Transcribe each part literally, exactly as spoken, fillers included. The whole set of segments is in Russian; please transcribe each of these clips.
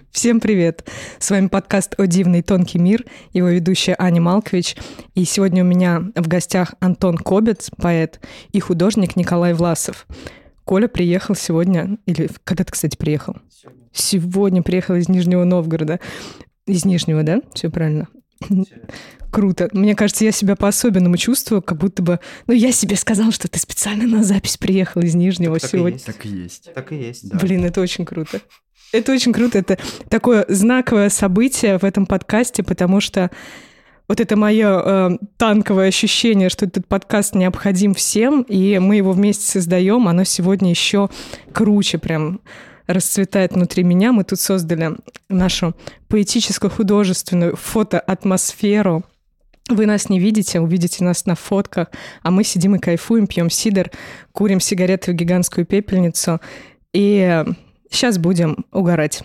Всем привет! С вами подкаст «О дивный тонкий мир», его ведущая Аня Малкович. И сегодня у меня в гостях Антон Кобец, поэт, и художник Николай Власов. Коля приехал сегодня, или когда ты, кстати, приехал? Сегодня. Сегодня приехал из Нижнего Новгорода. Из Нижнего, да? Все правильно? Круто. Мне кажется, я себя по-особенному чувствую, как будто бы... Ну, я себе сказала, что ты специально на запись приехал из Нижнего так, сегодня. Так и есть. Так и есть, да. Блин, это очень круто. Это очень круто. Это такое знаковое событие в этом подкасте, потому что вот это мое э, танковое ощущение, что этот подкаст необходим всем, и мы его вместе создаем, оно сегодня еще круче прям расцветает внутри меня. Мы тут создали нашу поэтическо-художественную фотоатмосферу. Вы нас не видите, увидите нас на фотках, а мы сидим и кайфуем, пьем сидр, курим сигареты в гигантскую пепельницу, и сейчас будем угорать.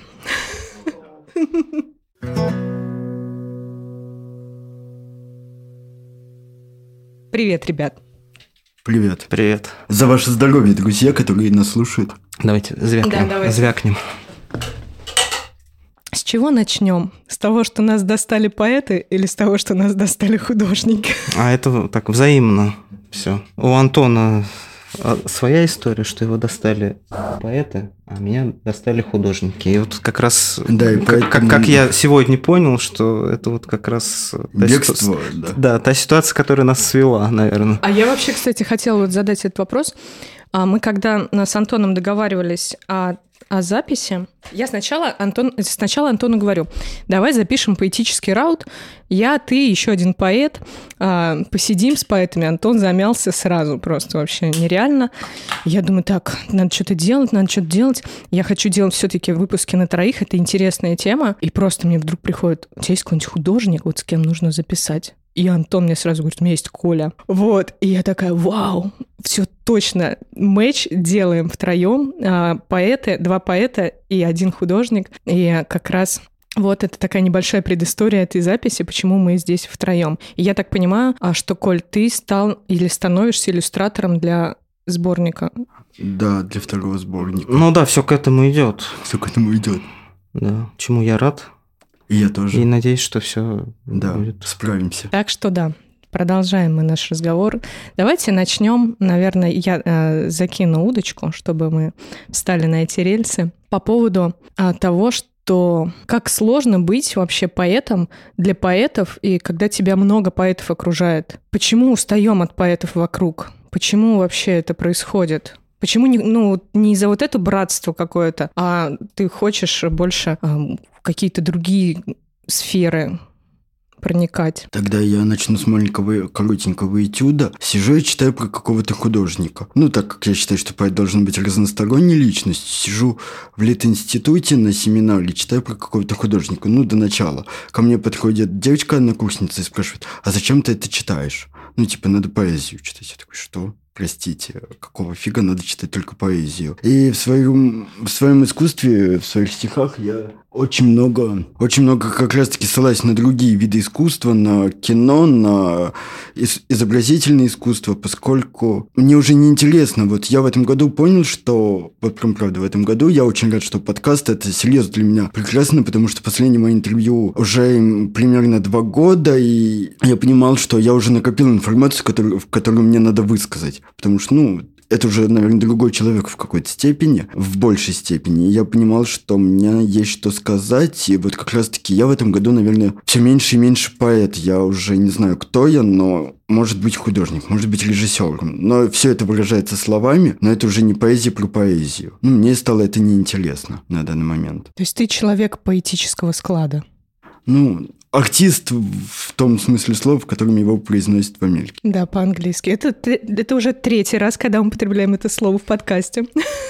Привет, ребят. Привет. Привет. За ваше здоровье, друзья, которые нас слушают. Давайте звякнем. Да, давайте. Звякнем. С чего начнем? С того, что нас достали поэты, или с того, что нас достали художники? А это так взаимно все. У Антона своя история, что его достали поэты, а меня достали художники. И вот как раз, да, и как, поэтому... как, как я сегодня понял, что это вот как раз... Бегство, ситу... да. Да, та ситуация, которая нас свела, наверное. А я вообще, кстати, хотела вот задать этот вопрос. Мы когда с Антоном договаривались о, о записи, я сначала, Антон, сначала Антону говорю, давай запишем поэтический раут, я, ты, еще один поэт, посидим с поэтами. Антон замялся сразу, просто вообще нереально. Я думаю, так, надо что-то делать, надо что-то делать. Я хочу делать все-таки выпуски на троих, это интересная тема. И просто мне вдруг приходит, у тебя есть какой-нибудь художник, вот с кем нужно записать? И Антон мне сразу говорит, у меня есть Коля. Вот. И я такая, вау, все точно. Мэч делаем втроем. Поэты, два поэта и один художник. И как раз вот это такая небольшая предыстория этой записи, почему мы здесь втроем. И я так понимаю, что, Коль, ты стал или становишься иллюстратором для сборника? Да, для второго сборника. Ну да, все к этому идет. Все к этому идет. Да, чему я рад. И я тоже. И надеюсь, что все да, будет. Справимся. Так что да, продолжаем мы наш разговор. Давайте начнем. Наверное, я э, закину удочку, чтобы мы встали на эти рельсы. По поводу э, того, что как сложно быть вообще поэтом для поэтов, и когда тебя много поэтов окружает. Почему устаем от поэтов вокруг? Почему вообще это происходит? Почему не, ну, не за вот это братство какое-то, а ты хочешь больше э, в какие-то другие сферы проникать? Тогда я начну с маленького коротенького этюда. Сижу и читаю про какого-то художника. Ну, так как я считаю, что поэт должен быть разносторонней личностью, сижу в Литинституте на семинаре, читаю про какого-то художника. Ну, до начала. Ко мне подходит девочка-однокурсница и спрашивает, а зачем ты это читаешь? Ну, типа, надо поэзию читать. Я такой, что? Простите, какого фига надо читать только поэзию? И в своем, в своем искусстве, в своих стихах я очень много, очень много как раз-таки ссылаюсь на другие виды искусства, на кино, на изобразительное искусство, поскольку мне уже неинтересно. Вот я в этом году понял, что, вот прям правда, в этом году я очень рад, что подкаст — это серьезно для меня прекрасно, потому что последнее мое интервью уже примерно два года, и я понимал, что я уже накопил информацию, которую, которую мне надо высказать. Потому что, ну, это уже, наверное, другой человек в какой-то степени, в большей степени. И я понимал, что у меня есть что сказать. И вот как раз-таки я в этом году, наверное, все меньше и меньше поэт. Я уже не знаю, кто я, но может быть художник, может быть режиссером. Но все это выражается словами, но это уже не поэзия про поэзию. Ну, мне стало это неинтересно на данный момент. То есть ты человек поэтического склада? Ну, артист в том смысле слова, в котором его произносят в Америке. Да, по-английски. Это, это уже третий раз, когда мы употребляем это слово в подкасте.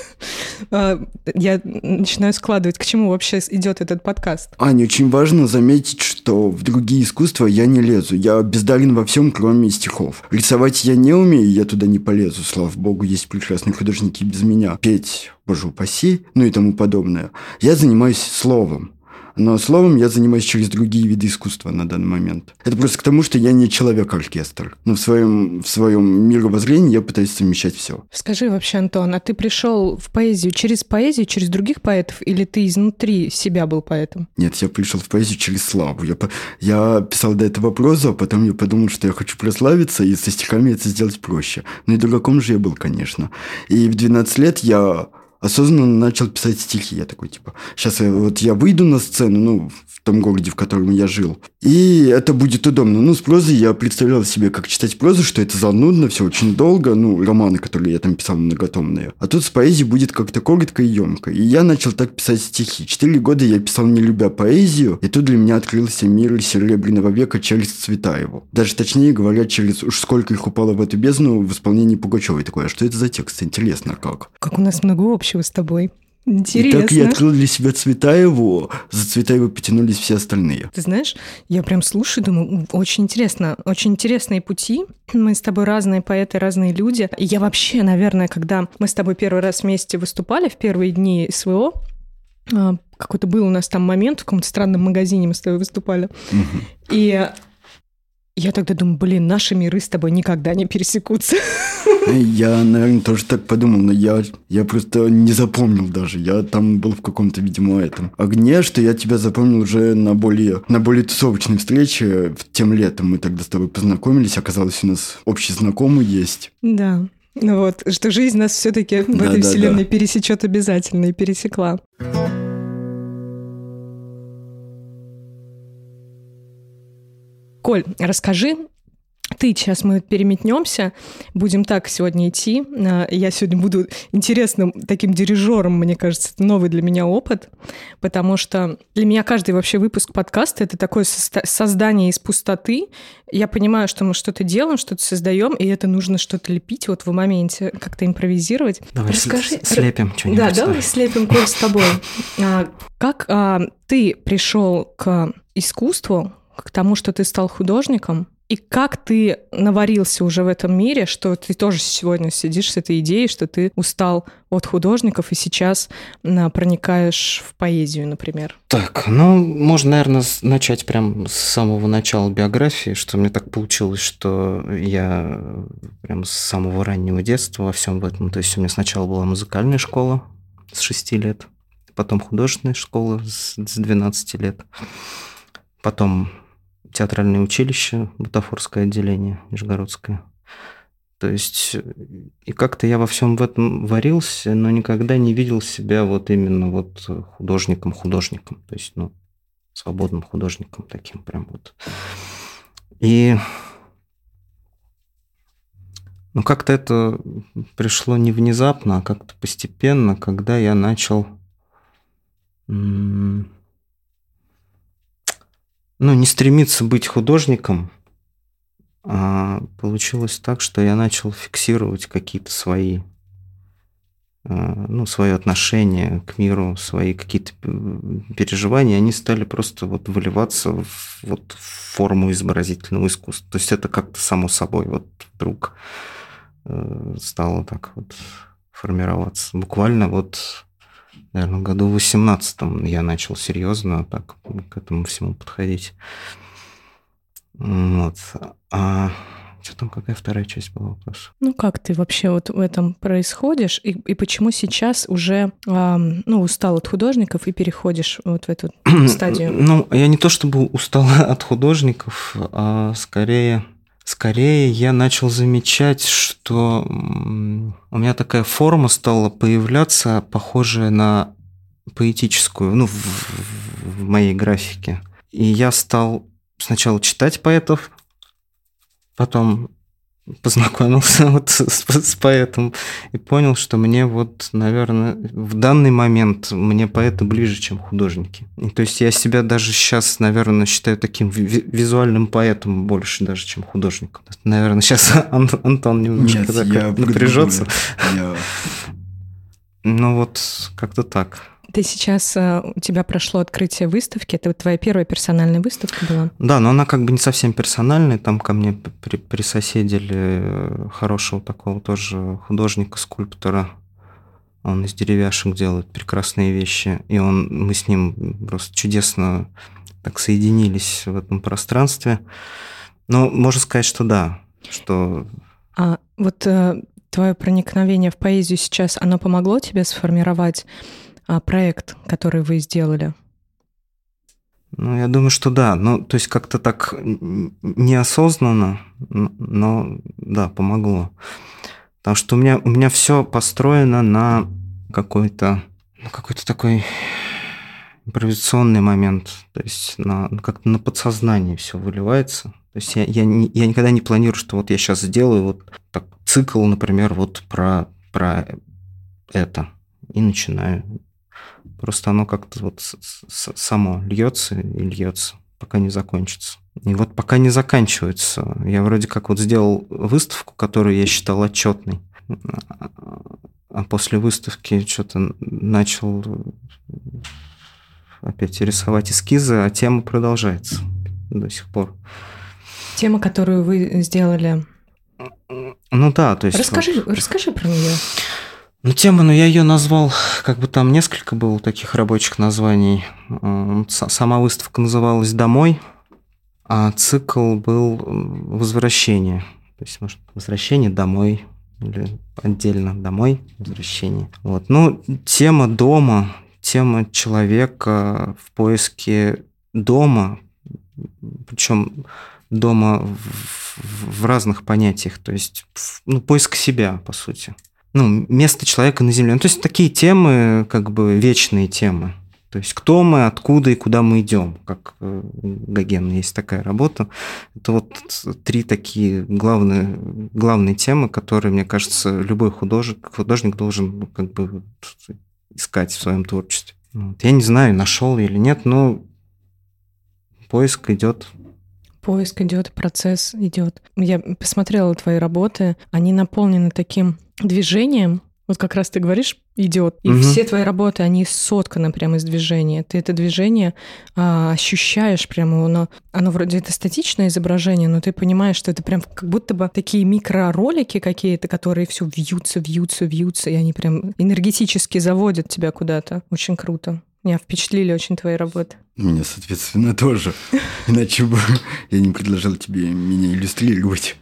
Я начинаю складывать, к чему вообще идет этот подкаст. Аня, очень важно заметить, что в другие искусства я не лезу. Я бездарен во всем, кроме стихов. Рисовать я не умею, я туда не полезу. Слава богу, есть прекрасные художники без меня. Петь, боже упаси, ну и тому подобное. Я занимаюсь словом. Но словом я занимаюсь через другие виды искусства на данный момент. Это просто к тому, что я не человек-оркестр. Но в своем, в своем мировоззрении я пытаюсь совмещать все. Скажи вообще, Антон, а ты пришел в поэзию через поэзию, через других поэтов, или ты изнутри себя был поэтом? Нет, я пришел в поэзию через славу. Я, я писал до этого прозу, а потом я подумал, что я хочу прославиться, и со стихами это сделать проще. Ну и дураком же я был, конечно. И в двенадцать лет я осознанно начал писать стихи. Я такой, типа, сейчас я, вот я выйду на сцену, ну, в том городе, в котором я жил, и это будет удобно. Ну, с прозой я представлял себе, как читать прозу, что это занудно, все очень долго, ну, романы, которые я там писал многотомные. А тут с поэзией будет как-то коротко и емко. И я начал так писать стихи. Четыре года я писал, не любя поэзию, и тут для меня открылся мир Серебряного века через Цветаеву. Даже точнее говоря, через уж сколько их упало в эту бездну в исполнении Пугачевой. Такое, а что это за текст? Интересно, как? Как у нас много общего с тобой. Интересно. И так я открыл для себя Цветаеву, за Цветаевой потянулись все остальные. Ты знаешь, я прям слушаю, думаю, очень интересно. Очень интересные пути. Мы с тобой разные поэты, разные люди. И я вообще, наверное, когда мы с тобой первый раз вместе выступали в первые дни СВО, какой-то был у нас там момент, в каком-то странном магазине мы с тобой выступали. Угу. И я тогда думаю, блин, наши миры с тобой никогда не пересекутся. Я, наверное, тоже так подумал, но я, я просто не запомнил даже. Я там был в каком-то, видимо, этом огне, что я тебя запомнил уже на более, на более тусовочной встрече. Тем летом мы тогда с тобой познакомились, оказалось, у нас общий знакомый есть. Да, ну вот, что жизнь нас все-таки в да, этой да, вселенной да. пересечет обязательно и пересекла. Коль, расскажи, ты, сейчас мы переметнемся, будем так сегодня идти. Я сегодня буду интересным таким дирижером, мне кажется, это новый для меня опыт, потому что для меня каждый вообще выпуск подкаста — это такое создание из пустоты. Я понимаю, что мы что-то делаем, что-то создаем, и это нужно что-то лепить вот в моменте, как-то импровизировать. Давай Расскажи, слепим что-нибудь. Да, давай слепим, Коль, с тобой. Как ты пришел к искусству, к тому, что ты стал художником, и как ты наварился уже в этом мире, что ты тоже сегодня сидишь с этой идеей, что ты устал от художников и сейчас проникаешь в поэзию, например? Так, ну, можно, наверное, начать прям с самого начала биографии, что мне так получилось, что я прям с самого раннего детства во всем в этом. То есть у меня сначала была музыкальная школа с шести лет, потом художественная школа с двенадцати лет, потом театральное училище, бутафорское отделение, Нижегородское. То есть, и как-то я во всем в этом варился, но никогда не видел себя вот именно вот художником-художником, то есть, ну, свободным художником таким прям вот. И, ну, как-то это пришло не внезапно, а как-то постепенно, когда я начал... М- Ну, не стремиться быть художником, а получилось так, что я начал фиксировать какие-то свои, ну, свои отношения к миру, свои какие-то переживания, они стали просто вот выливаться в, вот, в форму изобразительного искусства. То есть это как-то само собой вот вдруг стало так вот формироваться. Буквально вот... Наверное, в году восемнадцатом я начал серьезно так к этому всему подходить. Вот. А что там, какая вторая часть была вопроса? Ну, как ты вообще вот в этом происходишь? И, и почему сейчас уже а, ну, устал от художников и переходишь вот в эту стадию? Ну, я не то чтобы устал от художников, а скорее... Скорее я начал замечать, что у меня такая форма стала появляться, похожая на поэтическую, ну, в, в моей графике. И я стал сначала читать поэтов, потом познакомился вот с, с поэтом и понял, что мне вот, наверное, в данный момент мне поэты ближе, чем художники. И, то есть я себя даже сейчас, наверное, считаю таким ви- визуальным поэтом больше даже, чем художником. Наверное, сейчас Ан- Антон немножко Нет, так я напряжется. Я... Ну вот как-то так. Ты сейчас, у тебя прошло открытие выставки, это вот твоя первая персональная выставка была? Да, но она как бы не совсем персональная, там ко мне при- присоседили хорошего такого тоже художника, скульптора Он из деревяшек делает прекрасные вещи. И он, мы с ним просто чудесно так соединились в этом пространстве. Но можно сказать, что да, что... А вот э, твое проникновение в поэзию сейчас, оно помогло тебе сформировать а, проект, который вы сделали? Ну, я думаю, что да. Ну, то есть как-то так неосознанно, но да, помогло. Потому что у меня, у меня все построено на какой-то, ну, какой-то такой импровизационный момент. То есть на, как-то на подсознании все выливается. То есть я, я, не, я никогда не планирую, что вот я сейчас сделаю вот так, цикл, например, вот про, про это. И начинаю. Просто оно как-то вот само льется и льется, пока не закончится. И вот пока не заканчивается, я вроде как вот сделал выставку, которую я считал отчетной, а после выставки что-то начал опять рисовать эскизы, а тема продолжается до сих пор. Тема, которую вы сделали. Ну да, то есть. Расскажи, вот, расскажи про нее. Ну, тема, ну, я ее назвал, как бы там несколько было таких рабочих названий. Сама выставка называлась «Домой», а цикл был «Возвращение». То есть, может, «Возвращение домой» или отдельно «Домой», «Возвращение». Вот. Ну, тема дома, тема человека в поиске дома, причем дома в, в разных понятиях, то есть, ну, поиск себя, по сути. Ну, место человека на Земле. Ну, то есть такие темы, как бы вечные темы. То есть кто мы, откуда и куда мы идем. Как у Гогена есть такая работа. Это вот три такие главные, главные темы, которые, мне кажется, любой художник, художник должен как бы искать в своем творчестве. Вот. Я не знаю, нашел или нет, но поиск идет. Поиск идет, процесс идет. Я посмотрела твои работы, они наполнены таким движением. Вот как раз ты говоришь, идет. И угу. все твои работы, они сотканы прямо из движения. Ты это движение а, ощущаешь прямо. Оно, оно вроде это статичное изображение, но ты понимаешь, что это прям как будто бы такие микроролики какие-то, которые все вьются, вьются, вьются, и они прям энергетически заводят тебя куда-то. Очень круто. Меня впечатлили очень твои работы. Меня, соответственно, тоже. Иначе бы я не предложил тебе меня иллюстрировать.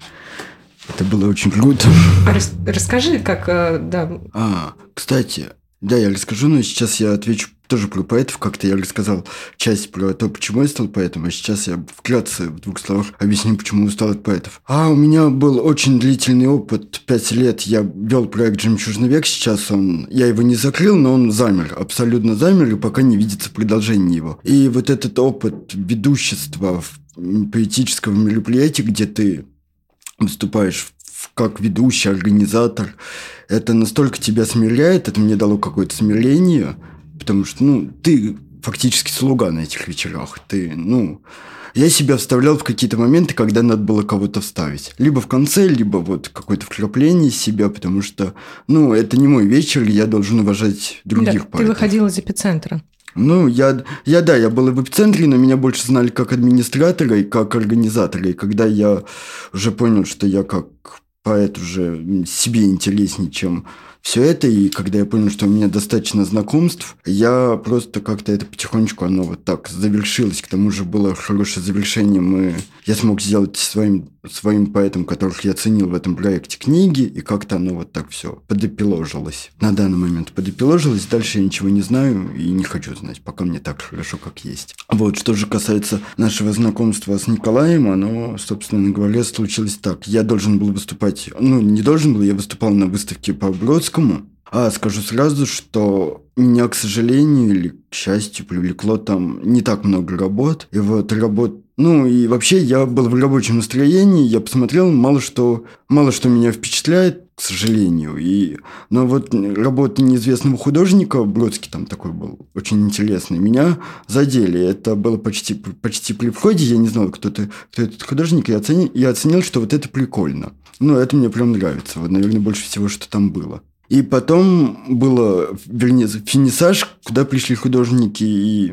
Это было очень круто. А рас- расскажи, как, да. А, кстати, да, я расскажу, но сейчас я отвечу тоже про поэтов. Как-то я рассказал часть про то, почему я стал поэтом, а сейчас я вкратце в двух словах объясню, почему устал от поэтов. А у меня был очень длительный опыт. Пять лет я вел проект «Жемчужный век». Сейчас он... Я его не закрыл, но он замер. Абсолютно замер, и пока не видится продолжение его. И вот этот опыт ведущества в поэтического мероприятия, где ты выступаешь как ведущий, организатор, это настолько тебя смиряет, это мне дало какое-то смирение, потому что, ну, ты фактически слуга на этих вечерах. Ты, ну... Я себя вставлял в какие-то моменты, когда надо было кого-то вставить. Либо в конце, либо вот какое-то вкрапление из себя, потому что, ну, это не мой вечер, я должен уважать других да, поэтов. Ты выходил из эпицентра. Ну, я, я, да, я был в эпицентре, но меня больше знали как администратора и как организатора. И когда я уже понял, что я как поэт уже себе интереснее, чем все это, и когда я понял, что у меня достаточно знакомств, я просто как-то это потихонечку, оно вот так завершилось. К тому же было хорошее завершение. Мы... Я смог сделать своим, своим поэтом, которых я ценил в этом проекте, книги, и как-то оно вот так все подэпиложилось. На данный момент подэпиложилось. Дальше я ничего не знаю и не хочу знать, пока мне так хорошо, как есть. Вот, что же касается нашего знакомства с Николаем, оно, собственно говоря, случилось так. Я должен был выступать, ну, не должен был, я выступал на выставке по Бродскому. А скажу сразу, что меня, к сожалению или к счастью, привлекло там не так много работ. И вот работ... Ну, и вообще я был в рабочем настроении, я посмотрел, мало что, мало что меня впечатляет, к сожалению. И... Но вот работы неизвестного художника, Бродский там такой был, очень интересный, меня задели. Это было почти, почти при входе, я не знал, кто, ты, кто этот художник, и оценил, я оценил, что вот это прикольно. Ну, это мне прям нравится, вот, наверное, больше всего, что там было. И потом было, вернее, финисаж, куда пришли художники и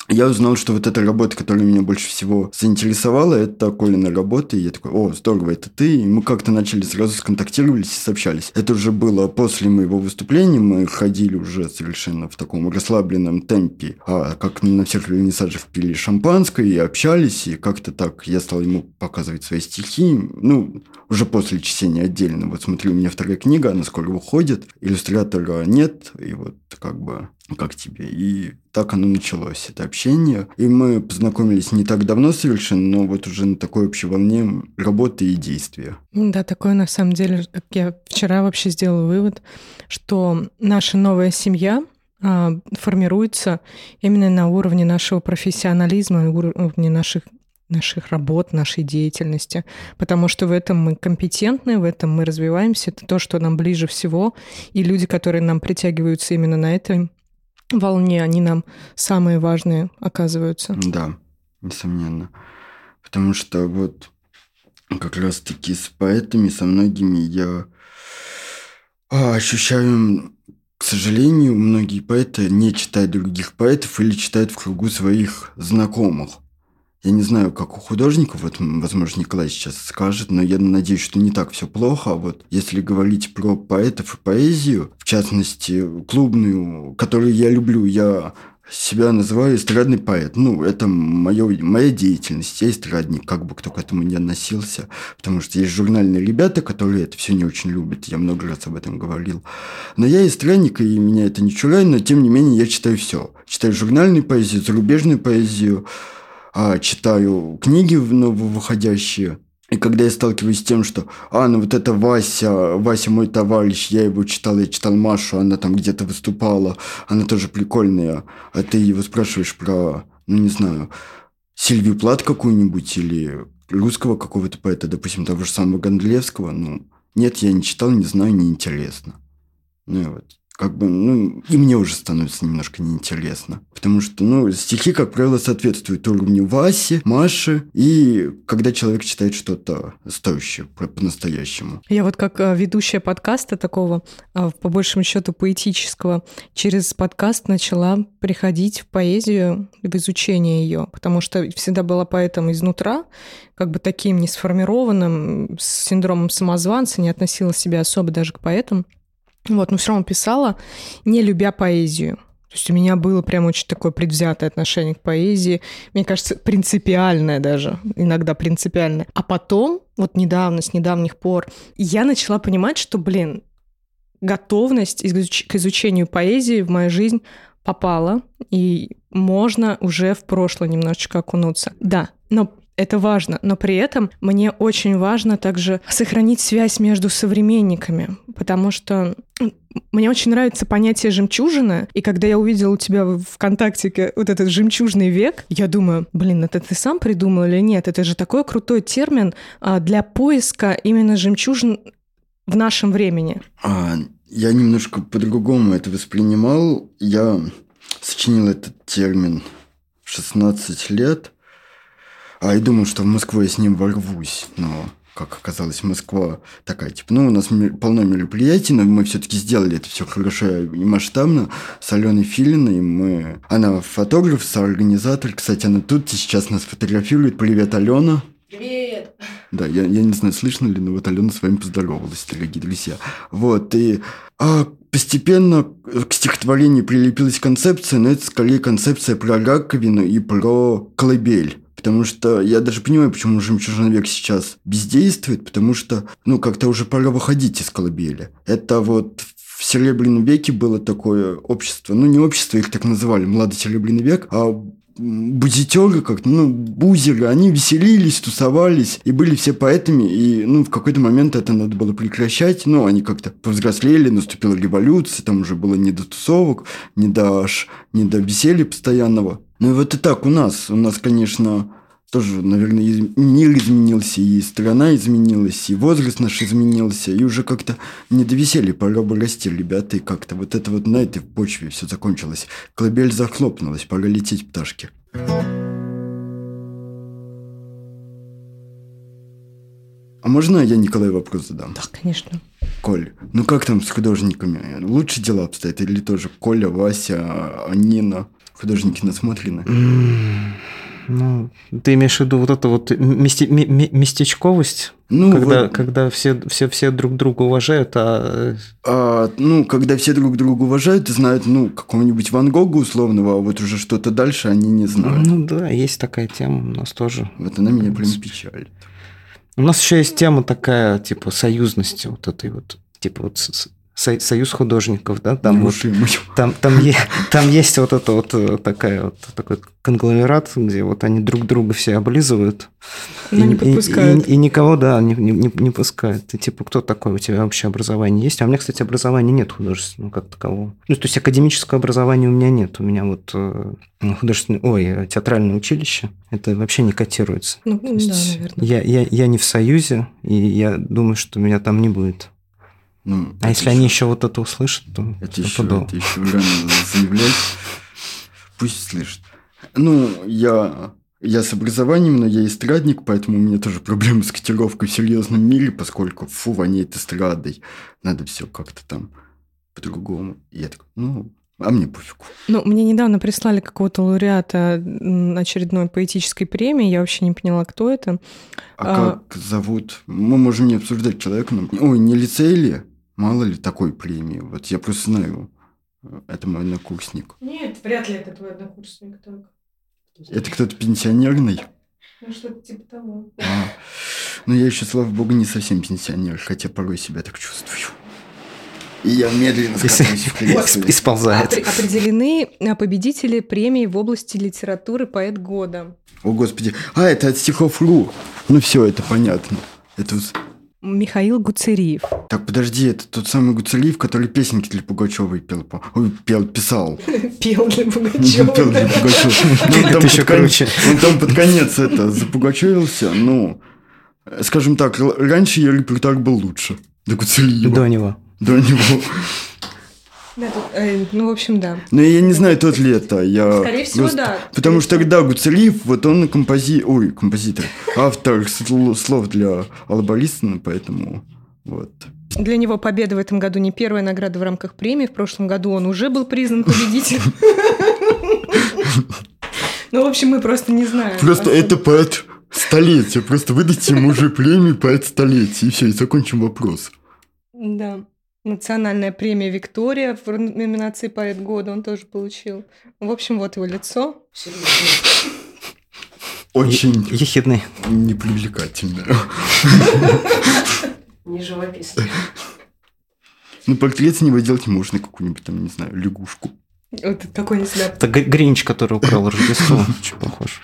я узнал, что вот эта работа, которая меня больше всего заинтересовала, это Колина работа. И я такой, о, здорово, это ты. И мы как-то начали сразу сконтактировались и сообщались. Это уже было после моего выступления. Мы ходили уже совершенно в таком расслабленном темпе. А как на всех вернисажах пили шампанское и общались. И как-то так я стал ему показывать свои стихи. Ну, уже после чтения отдельно. Вот смотри, у меня вторая книга, она скоро выходит. Иллюстратора нет. И вот как бы... как тебе. И так оно началось, это общение. И мы познакомились не так давно совершенно, но вот уже на такой общей волне работы и действия. Да, такое на самом деле, как я вчера вообще сделала вывод, что наша новая семья а, формируется именно на уровне нашего профессионализма, на уровне наших наших работ, нашей деятельности, потому что в этом мы компетентны, в этом мы развиваемся, это то, что нам ближе всего, и люди, которые нам притягиваются именно на этой волне, они нам самые важные оказываются. Да, несомненно. Потому что вот как раз-таки с поэтами, со многими я ощущаю, к сожалению, многие поэты не читают других поэтов или читают в кругу своих знакомых. Я не знаю, как у художников, вот, возможно, Николай сейчас скажет, но я надеюсь, что не так все плохо. Вот если говорить про поэтов и поэзию, в частности, клубную, которую я люблю, я себя называю эстрадный поэт. Ну, это моё, моя деятельность, я эстрадник, как бы кто к этому не относился. Потому что есть журнальные ребята, которые это все не очень любят, я много раз об этом говорил. Но я эстрадник, и меня это не чурай, но тем не менее я читаю все. Читаю журнальную поэзию, зарубежную поэзию, читаю книги нововыходящие, и когда я сталкиваюсь с тем, что а, ну вот это Вася, Вася мой товарищ, я его читал, я читал Машу, она там где-то выступала, она тоже прикольная, а ты его спрашиваешь про, ну не знаю, Сильвию Плат какую-нибудь или русского какого-то поэта, допустим, того же самого Гондлевского, ну нет, я не читал, не знаю, неинтересно. Ну и вот. Как бы, ну, и мне уже становится немножко неинтересно. Потому что, ну, стихи, как правило, соответствуют уровню Васи, Маши, и когда человек читает что-то стоящее по-настоящему. Я вот как ведущая подкаста такого, по большему счету, поэтического, через подкаст начала приходить в поэзию, в изучение ее, потому что всегда была поэтом изнутра, как бы таким несформированным, с синдромом самозванца, не относила себя особо даже к поэтам. Вот, но все равно писала, не любя поэзию. То есть у меня было прям очень такое предвзятое отношение к поэзии. Мне кажется, принципиальное даже, иногда принципиальное. А потом, вот недавно, с недавних пор, я начала понимать, что, блин, готовность к изучению поэзии в мою жизнь попала, и можно уже в прошлое немножечко окунуться. Да, но это важно, но при этом мне очень важно также сохранить связь между современниками, потому что мне очень нравится понятие «жемчужина», и когда я увидела у тебя в ВКонтакте вот этот «жемчужный век», я думаю, блин, это ты сам придумал или нет? Это же такой крутой термин для поиска именно жемчужин в нашем времени. А, я немножко по-другому это воспринимал. Я сочинил этот термин в шестнадцать лет, а я думал, что в Москву я с ним ворвусь, но, как оказалось, Москва такая, типа, ну, у нас полно мероприятий, но мы все-таки сделали это все хорошо и масштабно с Аленой Филиной. Мы... Она фотограф, соорганизатор. Кстати, она тут сейчас нас фотографирует. Привет, Алена. Привет. Да, я, я не знаю, слышно ли, но вот Алена с вами поздоровалась, дорогие друзья. Вот, и а, постепенно к стихотворению прилепилась концепция, но это скорее концепция про раковину и про колыбель. Потому что я даже понимаю, почему «Жемчужный век» сейчас бездействует, потому что, ну, как-то уже пора выходить из колыбели. Это вот в Серебряном веке было такое общество, ну, не общество, их так называли, «Младый Серебряный век», а бузитеры как-то, ну, бузеры, они веселились, тусовались и были все поэтами, и, ну, в какой-то момент это надо было прекращать, ну, они как-то повзрослели, наступила революция, там уже было не до тусовок, не до, аж, не до веселья постоянного. Ну, и вот и так у нас, у нас, конечно, тоже, наверное, мир изменился, и страна изменилась, и возраст наш изменился, и уже как-то не до веселья, пора бы расти, ребята, и как-то вот это вот на этой почве все закончилось. Колыбель захлопнулась, пора лететь пташки. А можно я Николаю вопрос задам? Да, конечно. Коль, ну как там с художниками? Лучше дела обстоят или тоже Коля, Вася, Нина? художники насмотрены. Ну, ты имеешь в виду вот эту вот месте, местечковость, ну, когда, вот, когда все, все, все друг друга уважают, а... а... Ну, когда все друг друга уважают и знают, ну, какого-нибудь Ван Гога условного, а вот уже что-то дальше они не знают. Ну да, есть такая тема у нас тоже. Вот она меня прям печалит. У нас еще есть тема такая, типа, союзности вот этой вот, типа вот... Союз художников, да, там, вот, там, там, е, там есть вот это вот такая вот такой конгломерат, где вот они друг друга все облизывают и, не подпускают. И, и, и никого, да, не, не, не пускают. Ты типа, кто такой, у тебя вообще образование есть? А у меня, кстати, образования нет художественного как такового. Ну, то есть академического образования у меня нет. У меня вот художественное, ой, театральное училище, это вообще не котируется. Ну, да, наверное. Я, я, я не в Союзе, и я думаю, что меня там не будет. Ну, а если еще... они еще вот это услышат, то это еще, это еще рано заявлять. Пусть слышат. Ну, я, я с образованием, но я эстрадник, поэтому у меня тоже проблемы с котировкой в серьезном мире, поскольку фу, воняет эстрадой. Надо все как-то там по-другому. И я такой, ну, а мне пофигу. Ну, мне недавно прислали какого-то лауреата очередной поэтической премии, я вообще не поняла, кто это. А, а... как зовут? Мы можем не обсуждать человека. Но... Ой, не лицей ли? Мало ли такой премии. Вот я просто знаю, это мой однокурсник. Нет, вряд ли это твой однокурсник. Так. Это кто-то пенсионерный? Ну, что-то типа того. А, ну, я еще, слава богу, не совсем пенсионер, хотя порой себя так чувствую. И я медленно скатываюсь в кресло. И сползает. Определены победители премии в области литературы «Поэт года». О, Господи. А, это от стихов РУ. Ну, все, это понятно. Это... Михаил Гуцериев. Так, подожди, это тот самый Гуцериев, который песенки для Пугачевой пел. Ой, пел, писал. Пел для Пугачевой. Пел для Пугачевой. Это еще круче. Он там под конец это запугачевился. Ну, скажем так, раньше ее репертуар был лучше. До Гуцериева. До него. До него. Да, тут, э, ну, в общем, да. Но я не знаю, тот ли это. Я Скорее всего, просто... да. Потому что тогда Гуцериев, вот он компози... Ой, композитор, автор слов для Аллы Борисовны, поэтому вот. Для него победа в этом году не первая награда в рамках премии. В прошлом году он уже был признан победителем. Ну, в общем, мы просто не знаем. Просто это поэт столетия. Просто выдайте ему уже премию поэт столетия. И все, и закончим вопрос. Да. Национальная премия «Виктория» в номинации «Поэт года» он тоже получил. В общем, вот его лицо. Очень ехидный. Непривлекательное. Не живописный. Ну, портрет с него делать можно, какую-нибудь там, не знаю, лягушку. Вот какой не знаю. Это Гринч, который украл Рождество. Очень похож.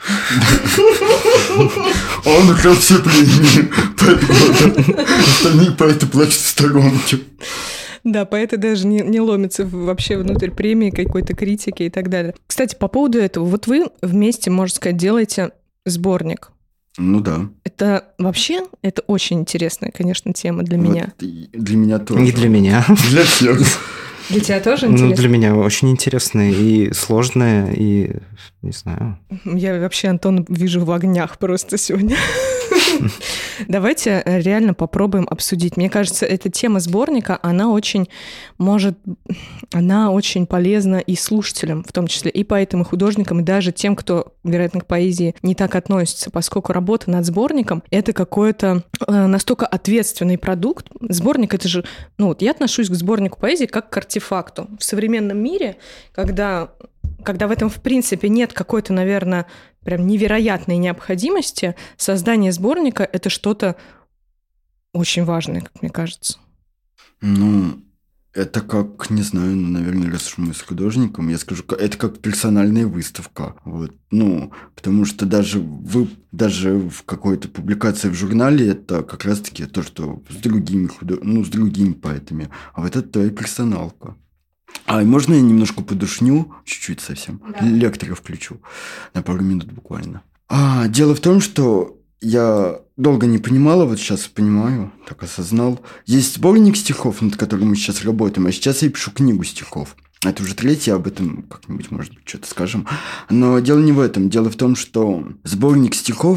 Он украл все премии поэт года. Остальные поэты плачут в сторонке. Да, поэты даже не, не ломятся вообще внутрь премии, какой-то критики и так далее. Кстати, по поводу этого, вот вы вместе, можно сказать, делаете сборник. Ну да. Это вообще, это очень интересная, конечно, тема для вот меня. Для меня тоже. Не для меня. Для всех. Для тебя тоже интересно? Ну, для меня очень интересная и сложная, и не знаю. Я вообще Антона вижу в огнях просто сегодня. Давайте реально попробуем обсудить. Мне кажется, эта тема сборника, она очень может, она очень полезна и слушателям, в том числе и поэтам, и художникам, и даже тем, кто, вероятно, к поэзии не так относится, поскольку работа над сборником — это какой-то э, настолько ответственный продукт. Сборник — это же... Ну вот я отношусь к сборнику поэзии как к артефакту. В современном мире, когда... когда в этом, в принципе, нет какой-то, наверное, прям невероятной необходимости, создание сборника — это что-то очень важное, как мне кажется. Ну, это как, не знаю, ну, наверное, раз уж мы с художником, я скажу, это как персональная выставка. Вот. Ну, потому что даже, вы, даже в какой-то публикации в журнале это как раз-таки то, что с другими, худо... ну, с другими поэтами. А вот это твоя персоналка. А, и можно я немножко подушню, чуть-чуть совсем, да. Лектора включу на пару минут буквально. А, дело в том, что я долго не понимала, вот сейчас понимаю, так осознал. Есть сборник стихов, над которым мы сейчас работаем, а сейчас я пишу книгу стихов. Это уже третья, об этом как-нибудь, может быть, что-то скажем. Но дело не в этом. Дело в том, что сборник стихов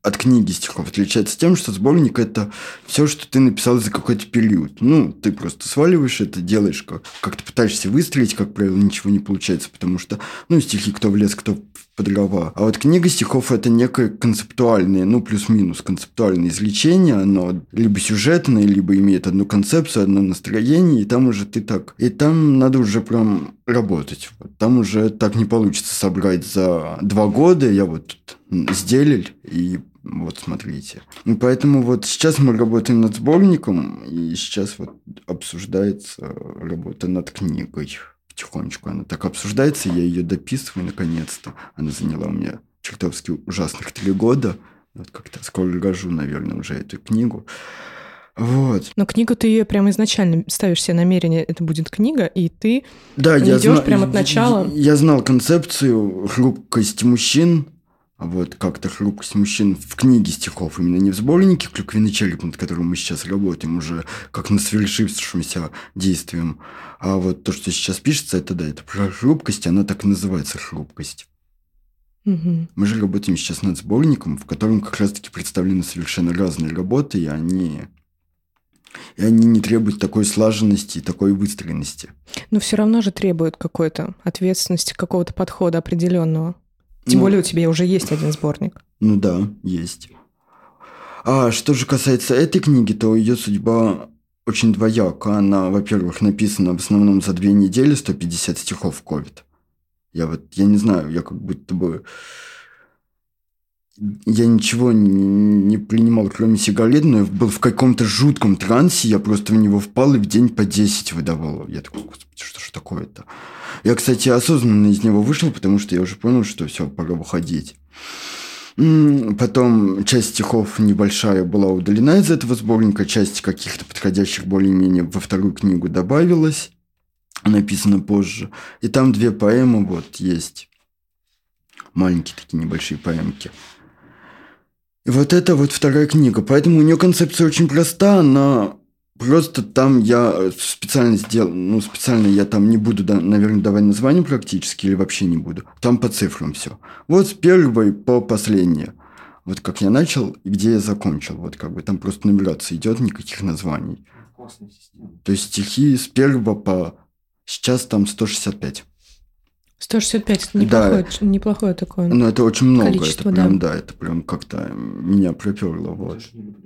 от книги стихов отличается тем, что сборник – это все, что ты написал за какой-то период. Ну, ты просто сваливаешь это, делаешь, как, как ты пытаешься выстрелить, как правило, ничего не получается, потому что, ну, стихи кто в лес, кто в дрова. А вот книга стихов – это некое концептуальное, ну, плюс-минус концептуальное извлечение, оно либо сюжетное, либо имеет одну концепцию, одно настроение, и там уже ты так. И там надо уже прям работать. Вот. Там уже так не получится собрать за два года. Я вот тут сделал, и вот смотрите. И поэтому вот сейчас мы работаем над сборником, и сейчас вот обсуждается работа над книгой. Потихонечку она так обсуждается, я ее дописываю наконец-то. Она заняла у меня чертовски ужасных три года. Вот как-то скоро рожу, наверное, уже эту книгу. Вот. Но книгу ты ее прямо изначально ставишь себе намерение, это будет книга, и ты да, идешь зна- прямо от начала. Я, я знал концепцию хрупкости мужчин. Вот как-то хрупкость мужчин в книге стихов, именно не в сборнике «Клюквенный череп», над которым мы сейчас работаем, уже как над свершившимся действием. А вот то, что сейчас пишется, это да, это про хрупкость, она так и называется «Хрупкость». Угу. Мы же работаем сейчас над сборником, в котором как раз-таки представлены совершенно разные работы, и они, и они не требуют такой слаженности и такой выстроенности. Но все равно же требуют какой-то ответственности, какого-то подхода определенного. Тем ну, более у тебя уже есть один сборник. Ну да, есть. А что же касается этой книги, то ее судьба очень двояка. Она, во-первых, написана в основном за две недели, сто пятьдесят стихов в ковид. Я вот, я не знаю, я как будто бы... Я ничего не, не принимал, кроме сигарет, но я был в каком-то жутком трансе, я просто в него впал и в день по десять выдавал. Я такой, господи, что ж такое-то? Я, кстати, осознанно из него вышел, потому что я уже понял, что все, пора выходить. Потом часть стихов небольшая была удалена из этого сборника, часть каких-то подходящих более-менее во вторую книгу добавилась, написано позже. И там две поэмы вот есть, маленькие такие небольшие поэмки. И вот это вот вторая книга. Поэтому у нее концепция очень проста, она... Просто там я специально сделал, ну, специально я там не буду, да, наверное, давать название практически или вообще не буду. Там по цифрам все. Вот с первой по последнее. Вот как я начал и где я закончил. Вот как бы там просто нумерация идет, никаких названий. Классная система. То есть стихи с первого по... Сейчас там сто шестьдесят пять. сто шестьдесят пять, это неплохое, да. неплохое такое. Ну, это очень много. Количество, это прям, да. да, это прям как-то меня проперло. Вот.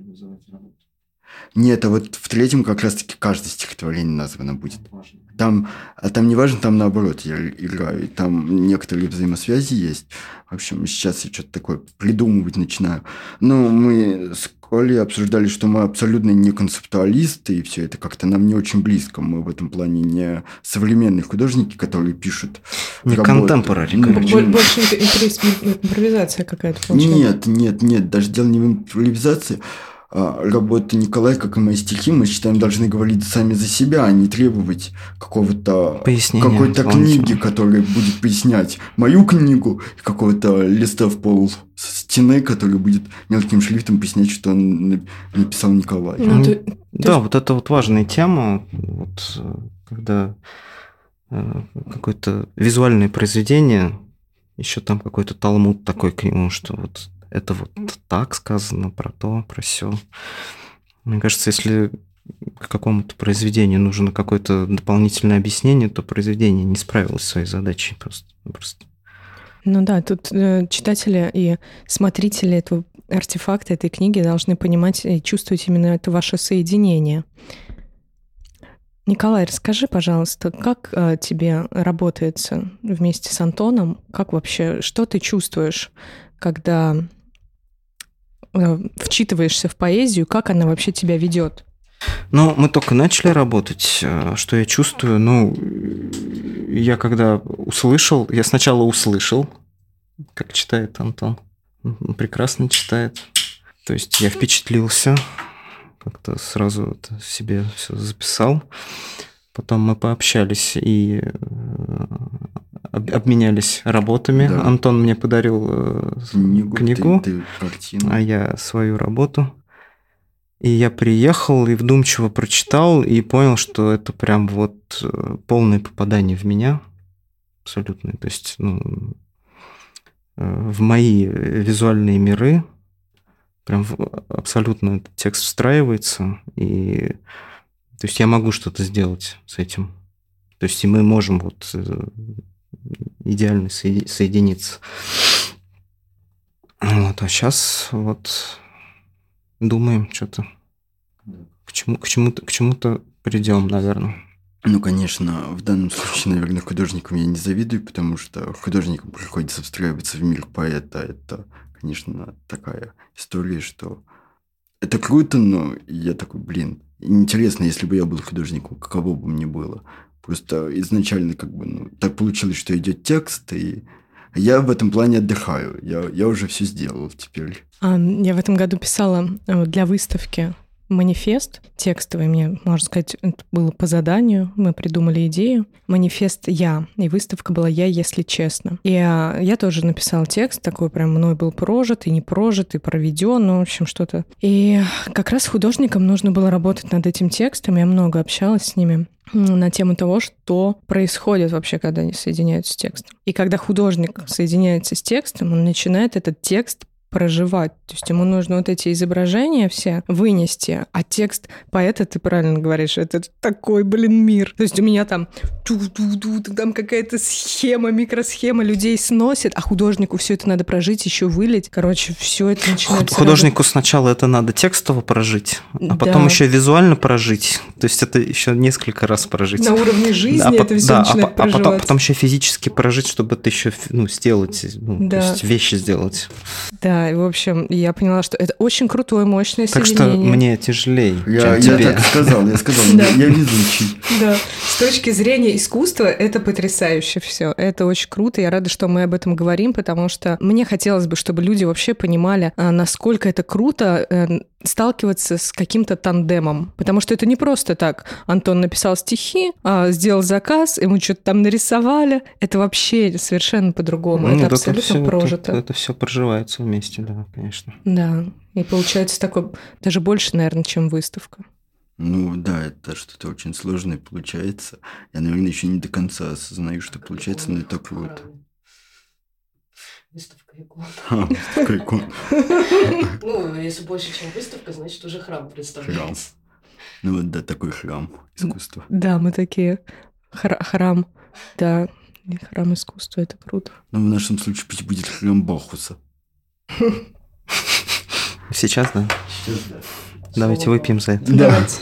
Нет, а вот в третьем как раз-таки каждое стихотворение названо будет. Там, а там не важно, там наоборот я играю, и там некоторые взаимосвязи есть. В общем, сейчас я что-то такое придумывать начинаю. Но мы с Колей обсуждали, что мы абсолютно не концептуалисты, и все это как-то нам не очень близко. Мы в этом плане не современные художники, которые пишут не контемпорари. Больше импровизация какая-то получается. Нет, нет, нет, даже дело не в импровизации. Работа Николая, как и мои стихи, мы считаем, должны говорить сами за себя, а не требовать какого-то какой-то книги, которая будет пояснять мою книгу, и какого-то листа в пол стены, который будет мелким шрифтом пояснять, что он написал Николай. Ну, ты, да, ты... вот это вот важная тема, вот, когда э, какое-то визуальное произведение, еще там какой-то талмуд такой к нему, что вот это вот так сказано, про то, про сё. Мне кажется, если к какому-то произведению нужно какое-то дополнительное объяснение, то произведение не справилось со своей задачей просто. просто. Ну да, тут э, читатели и смотрители этого артефакта, этой книги должны понимать и чувствовать именно это ваше соединение. Николай, расскажи, пожалуйста, как э, тебе работается вместе с Антоном? Как вообще, что ты чувствуешь, когда вчитываешься в поэзию, как она вообще тебя ведет? Ну, мы только начали работать. Что я чувствую? Ну, я когда услышал, я сначала услышал, как читает Антон. Прекрасно читает. То есть я впечатлился, как-то сразу это себе все записал. Потом мы пообщались и обменялись работами. Да. Антон мне подарил книгу, книгу ты, ты а я свою работу. И я приехал и вдумчиво прочитал и понял, что это прям вот полное попадание в меня. Абсолютно. То есть, ну, в мои визуальные миры. прям абсолютно этот текст встраивается, и то есть я могу что-то сделать с этим. То есть и мы можем вот идеально соединиться. Вот, а сейчас вот думаем что-то. К чему, к чему-то, к чему-то придем, наверное. Ну, конечно, в данном случае, наверное, художникам я не завидую, потому что художникам приходится встраиваться в мир поэта. Это, конечно, такая история, что это круто, но я такой, блин, интересно, если бы я был художником, каково бы мне было. Просто изначально как бы, ну, так получилось, что идет текст, и я в этом плане отдыхаю. Я, я уже все сделал теперь. Я в этом году писала для выставки манифест текстовый, мне, можно сказать, это было по заданию, мы придумали идею. Манифест «Я», и выставка была «Я, если честно». И я, я тоже написала текст, такой прям мной был прожит, и не прожит, и проведен, ну, в общем, что-то. И как раз художникам нужно было работать над этим текстом, я много общалась с ними на тему того, что происходит вообще, когда они соединяются с текстом. И когда художник соединяется с текстом, он начинает этот текст проживать. То есть ему нужно вот эти изображения все вынести, а текст поэта, ты правильно говоришь, это такой, блин, мир. То есть у меня там ту-ду-ду, там какая-то схема, микросхема, людей сносит, а художнику все это надо прожить, еще вылить. Короче, все это начинает... Художнику сразу... сначала это надо текстово прожить, а потом да. еще визуально прожить. То есть это еще несколько раз прожить. На уровне жизни да, это все да, начинает а, проживаться. А потом, потом еще физически прожить, чтобы это еще ну, сделать, ну, да. то есть вещи сделать. Да. И, в общем, я поняла, что это очень крутое, мощное так соединение. Так что мне тяжелее, я, чем я тебе. Я так сказал, я сказал, я везучий. Да. С точки зрения искусства это потрясающе все. Это очень круто. Я рада, что мы об этом говорим, потому что мне хотелось бы, чтобы люди вообще понимали, насколько это круто сталкиваться с каким-то тандемом. Потому что это не просто так. Антон написал стихи, сделал заказ, и мы что-то там нарисовали. Это вообще совершенно по-другому. Ну, это абсолютно это все, прожито. Это, это все проживается вместе, да, конечно. Да. И получается такое даже больше, наверное, чем выставка. Ну да, это что-то очень сложное получается. Я, наверное, еще не до конца осознаю, что получается, но это круто. Выставка икон. А, выставка икон. Ну, если больше, чем выставка, значит, уже храм представляется. Храм. Ну вот, да, такой храм искусства. Да, мы такие. Храм, да. Храм искусства, это круто. Ну, в нашем случае пусть будет храм Бахуса. Сейчас, да? Сейчас, да. Давайте выпьем за это. Давайте.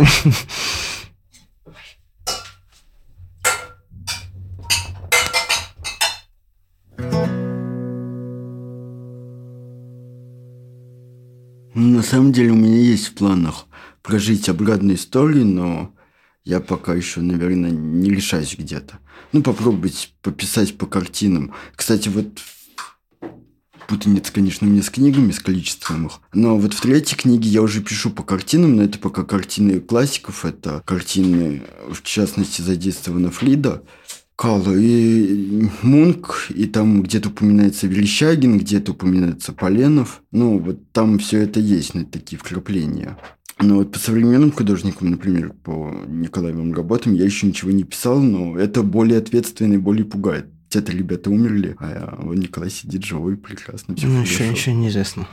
На самом деле у меня есть в планах прожить обратную историю, но я пока еще, наверное, не решаюсь где-то. Ну, попробовать пописать по картинам. Кстати, вот путаница, конечно, у меня с книгами, с количеством их. Но вот в третьей книге я уже пишу по картинам, но это пока картины классиков, это картины, в частности, задействована Фрида Кало и Мунк, и там где-то упоминается Верещагин, где-то упоминается Поленов. Ну, вот там все это есть, ну, такие вкрапления. Но вот по современным художникам, например, по Николаевым работам, я еще ничего не писал, но это более ответственно и более пугает. Те-то ребята умерли, а вот Николай сидит живой, прекрасно. Ну, еще, еще неизвестно.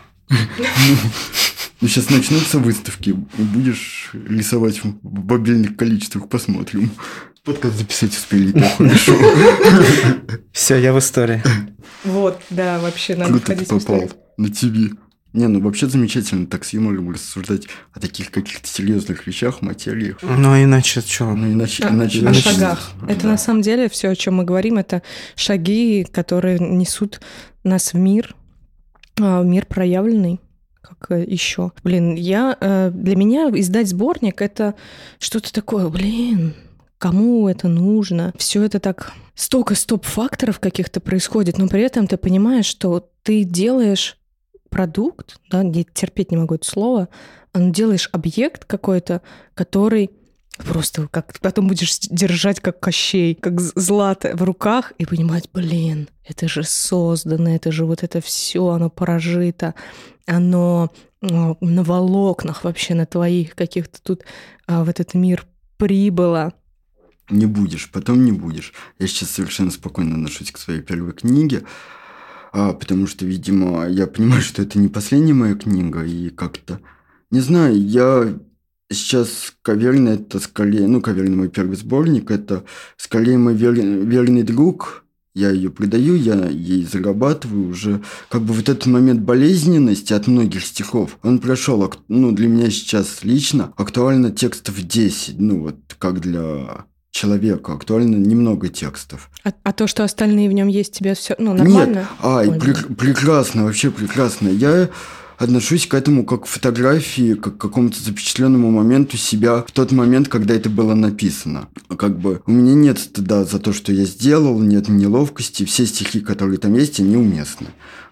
Ну, сейчас начнутся выставки, будешь рисовать в обильных количествах, посмотрим. Подкаст записать успели, хорошо. Все, я в истории. Вот, да, вообще надо круто ходить ты попал на ТВ. Не, ну вообще замечательно так с юмором рассуждать о таких каких-то серьезных вещах, материях. Ну, иначе что? Ну, иначе... О, иначе, о иначе... шагах. Это да. На самом деле все, о чем мы говорим, это шаги, которые несут нас в мир, в мир проявленный. Как еще? Блин, я... Для меня издать сборник — это что-то такое, блин... Кому это нужно? Все это так... Столько стоп-факторов каких-то происходит, но при этом ты понимаешь, что ты делаешь продукт, да, я терпеть не могу это слово, но делаешь объект какой-то, который просто как потом будешь держать как Кощей, как злато в руках и понимать, блин, это же создано, это же вот это все, оно прожито, оно на волокнах вообще, на твоих каких-то тут в этот мир прибыло. Не будешь, потом не будешь. Я сейчас совершенно спокойно отношусь к своей первой книге. а, потому что, видимо, я понимаю, что это не последняя моя книга, и как-то, не знаю, я сейчас «Каверна» — это скорее, ну, «Каверна» мой первый сборник, это скорее мой вер, верный друг. Я ее продаю, я ей зарабатываю уже. Как бы вот этот момент болезненности от многих стихов, он прошел, ну, для меня сейчас лично актуально текстов десять, ну, вот как для человека, актуально немного текстов. А, а то, что остальные в нем есть, тебе все, ну, нормально? Нет, ай, прек- прекрасно, вообще прекрасно. Я отношусь к этому как к фотографии, как к какому-то запечатленному моменту себя в тот момент, когда это было написано. Как бы у меня нет стыда за то, что я сделал, нет неловкости. Все стихи, которые там есть, они уместны.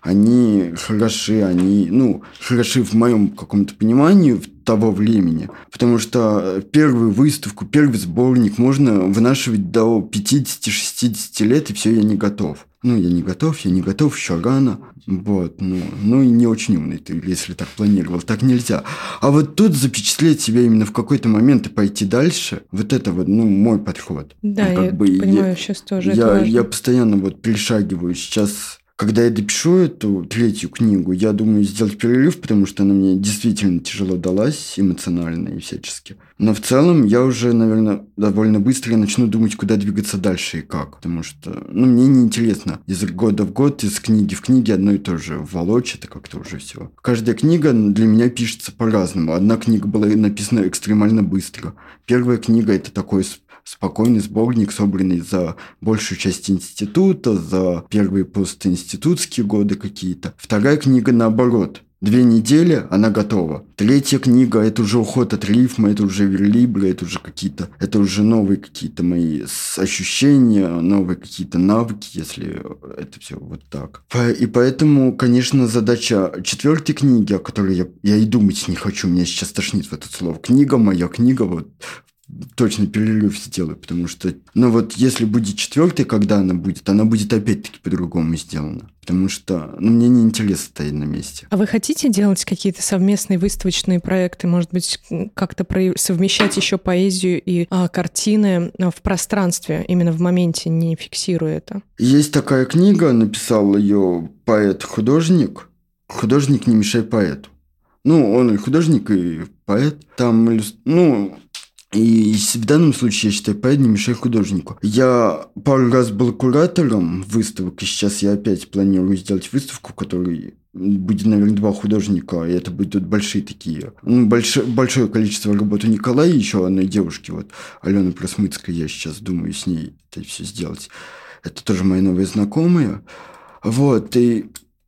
Они хороши, они, ну, хороши в моем каком-то понимании того времени. Потому что первую выставку, первый сборник можно вынашивать до пятидесяти-шестидесяти лет, и все, я не готов. Ну, я не готов, я не готов, еще рано. Вот, ну, ну и не очень умный ты, если так планировал. Так нельзя. А вот тут запечатлеть себя именно в какой-то момент и пойти дальше, вот это вот, ну, мой подход. Да, ну, как я бы, понимаю, я, сейчас тоже я, это важно. Я постоянно вот перешагиваю сейчас. Когда я допишу эту третью книгу, я думаю сделать перерыв, потому что она мне действительно тяжело далась эмоционально и всячески. Но в целом я уже, наверное, довольно быстро начну думать, куда двигаться дальше и как. Потому что, ну, мне неинтересно из года в год, из книги в книге одно и то же волочь, это как-то уже все. Каждая книга для меня пишется по-разному. Одна книга была написана экстремально быстро. Первая книга – это такой спокойный сборник, собранный за большую часть института, за первые постинститутские годы какие-то. Вторая книга наоборот. Две недели, она готова. Третья книга – это уже уход от рифма, это уже верлибры, это уже какие-то, это уже новые какие-то мои ощущения, новые какие-то навыки, если это все вот так. И поэтому, конечно, задача четвертой книги, о которой я, я и думать не хочу, меня сейчас тошнит в это слово. Книга моя, книга вот точно перерыв сделаю, потому что, ну вот, если будет четвертая, когда она будет, она будет опять-таки по-другому сделана, потому что, ну, мне не интересно стоять на месте. А вы хотите делать какие-то совместные выставочные проекты, может быть, как-то про... совмещать еще поэзию и а, картины в пространстве, именно в моменте, не фиксируя это? Есть такая книга, написал ее поэт-художник, «Художник, не мешай поэту». Ну, он и художник, и поэт. Там, ну... И в данном случае, я считаю, поэт не мешай художнику. Я пару раз был куратором выставок, и сейчас я опять планирую сделать выставку, в которой будет, наверное, два художника, и это будут большие такие, ну, большое, большое количество работ у Николая, еще одной девушки, вот, Алены Просмыцкой, я сейчас думаю с ней это все сделать. Это тоже моя новая знакомая. Вот, и...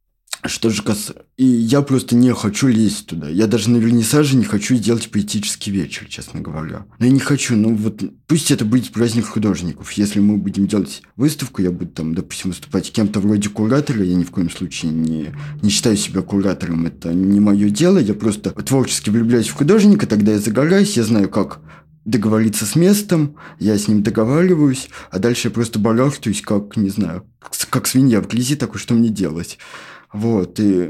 Что же касается... И я просто не хочу лезть туда. Я даже на вернисаже не хочу сделать поэтический вечер, честно говоря. Но я не хочу. Ну вот пусть это будет праздник художников. Если мы будем делать выставку, я буду там, допустим, выступать кем-то вроде куратора. Я ни в коем случае не, не считаю себя куратором. Это не мое дело. Я просто творчески влюбляюсь в художника, тогда я загораюсь, я знаю, как договориться с местом, я с ним договариваюсь, а дальше я просто барахтаюсь, как, не знаю, как свинья в грязи, такой, что мне делать? Вот, и...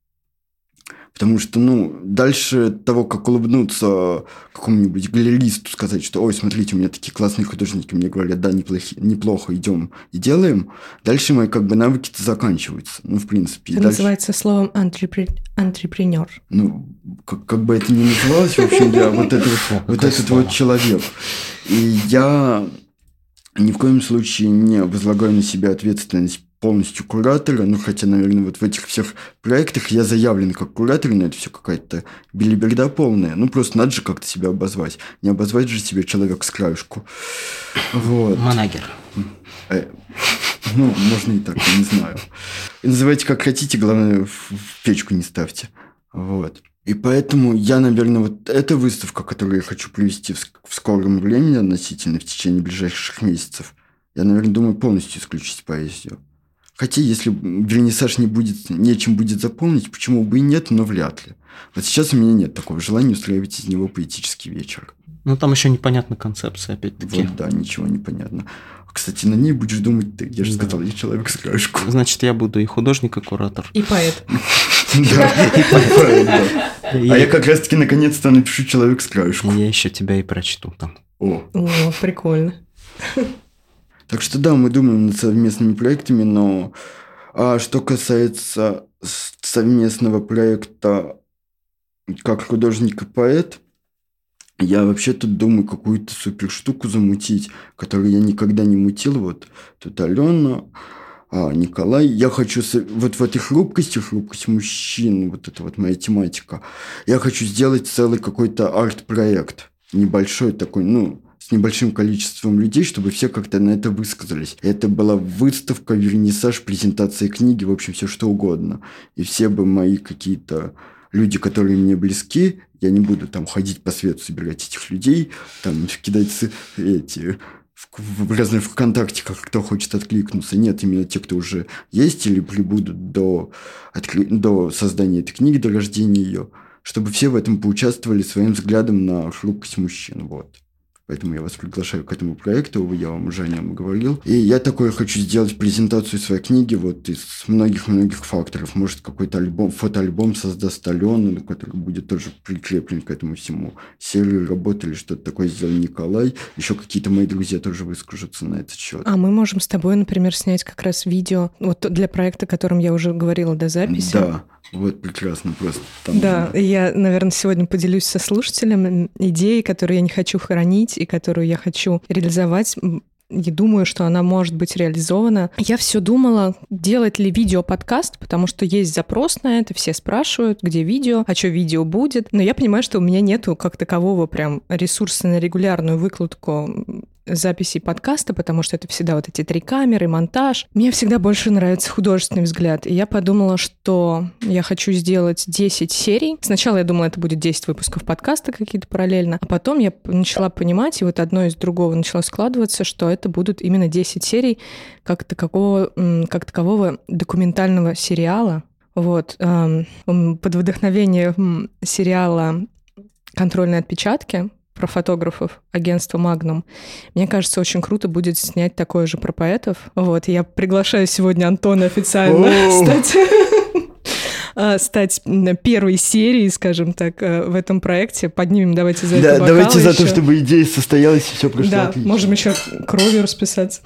Потому что, ну, дальше того, как улыбнуться какому-нибудь галеристу, сказать, что, ой, смотрите, у меня такие классные художники, мне говорят, да, неплохи, неплохо, идем и делаем, дальше мои, как бы, навыки-то заканчиваются. Ну, в принципе. Это дальше... называется словом антрепре... антрепренер. Ну, как, как бы это ни называлось, в общем, я вот этот вот этот вот человек. И я ни в коем случае не возлагаю на себя ответственность полностью куратора, ну, хотя, наверное, вот в этих всех проектах я заявлен как куратор, но это все какая-то белиберда полная. Ну, просто надо же как-то себя обозвать. Не обозвать же себе человек с краюшку. Вот. Манагер. Э, ну, можно и так, я не знаю. И называйте как хотите, главное, в, в печку не ставьте. Вот. И поэтому я, наверное, вот эта выставка, которую я хочу провести в, в скором времени относительно, в течение ближайших месяцев, я, наверное, думаю полностью исключить поэзию. Хотя, если вернисаж не будет, нечем будет заполнить, почему бы и нет, но вряд ли. Вот сейчас у меня нет такого желания устраивать из него поэтический вечер. Ну, там еще непонятна концепция, опять-таки. Вот, да, ничего не понятно. Кстати, на ней будешь думать ты. Я же сказал, я человек с краюшку. Значит, я буду и художник, и куратор. И поэт. Да, и поэт, да. А я как раз-таки наконец-то напишу «Человек с краюшку». Я еще тебя и прочту там. О, О, прикольно. так что да, мы думаем над совместными проектами, но А что касается совместного проекта как художник и поэт, я вообще тут думаю какую-то супер штуку замутить, которую я никогда не мутил. Вот тут Алена, а, Николай. Я хочу вот в этой хрупкости, хрупкость мужчин, вот это вот моя тематика, я хочу сделать целый какой-то арт-проект. Небольшой такой, ну, с небольшим количеством людей, чтобы все как-то на это высказались. Это была выставка, вернисаж, презентация книги, в общем, все что угодно. И все бы мои какие-то люди, которые мне близки, я не буду там ходить по свету, собирать этих людей, там кидать эти в, в разных ВКонтактиках, кто хочет откликнуться. Нет, именно те, кто уже есть или прибудут до, откли... до создания этой книги, до рождения ее, чтобы все в этом поучаствовали своим взглядом на хрупкость мужчин. Вот. Поэтому я вас приглашаю к этому проекту, я вам уже о нем говорил. И я такое хочу сделать презентацию своей книги вот из многих-многих факторов. Может, какой-то альбом, фотоальбом создаст Алена, который будет тоже прикреплен к этому всему. Серию работы или что-то такое сделал Николай. Еще какие-то мои друзья тоже выскажутся на этот счет. А мы можем с тобой, например, снять как раз видео вот для проекта, о котором я уже говорила до записи. Да. Вот прекрасно просто. Там да, же... я, наверное, сегодня поделюсь со слушателем идеей, которую я не хочу хранить и которую я хочу реализовать. И думаю, что она может быть реализована. Я все думала, делать ли видео-подкаст, потому что есть запрос на это, все спрашивают, где видео, а что видео будет. Но я понимаю, что у меня нету как такового прям ресурса на регулярную выкладку записей подкаста, потому что это всегда вот эти три камеры, монтаж. Мне всегда больше нравится художественный взгляд. И я подумала, что я хочу сделать десять серий. Сначала я думала, это будет десять выпусков подкаста какие-то параллельно, а потом я начала понимать, и вот одно из другого начало складываться, что это будут именно десять серий как такового, как такового документального сериала. Вот. Под вдохновение сериала «Контрольные отпечатки» про фотографов агентства «Магнум». Мне кажется, очень круто будет снять такое же про поэтов. Вот, я приглашаю сегодня Антона официально стать, стать первой серией, скажем так, в этом проекте. Поднимем, давайте за это бокалы. Давайте за то, чтобы идея состоялась и все прошло да, отлично. Можем еще кровью расписаться.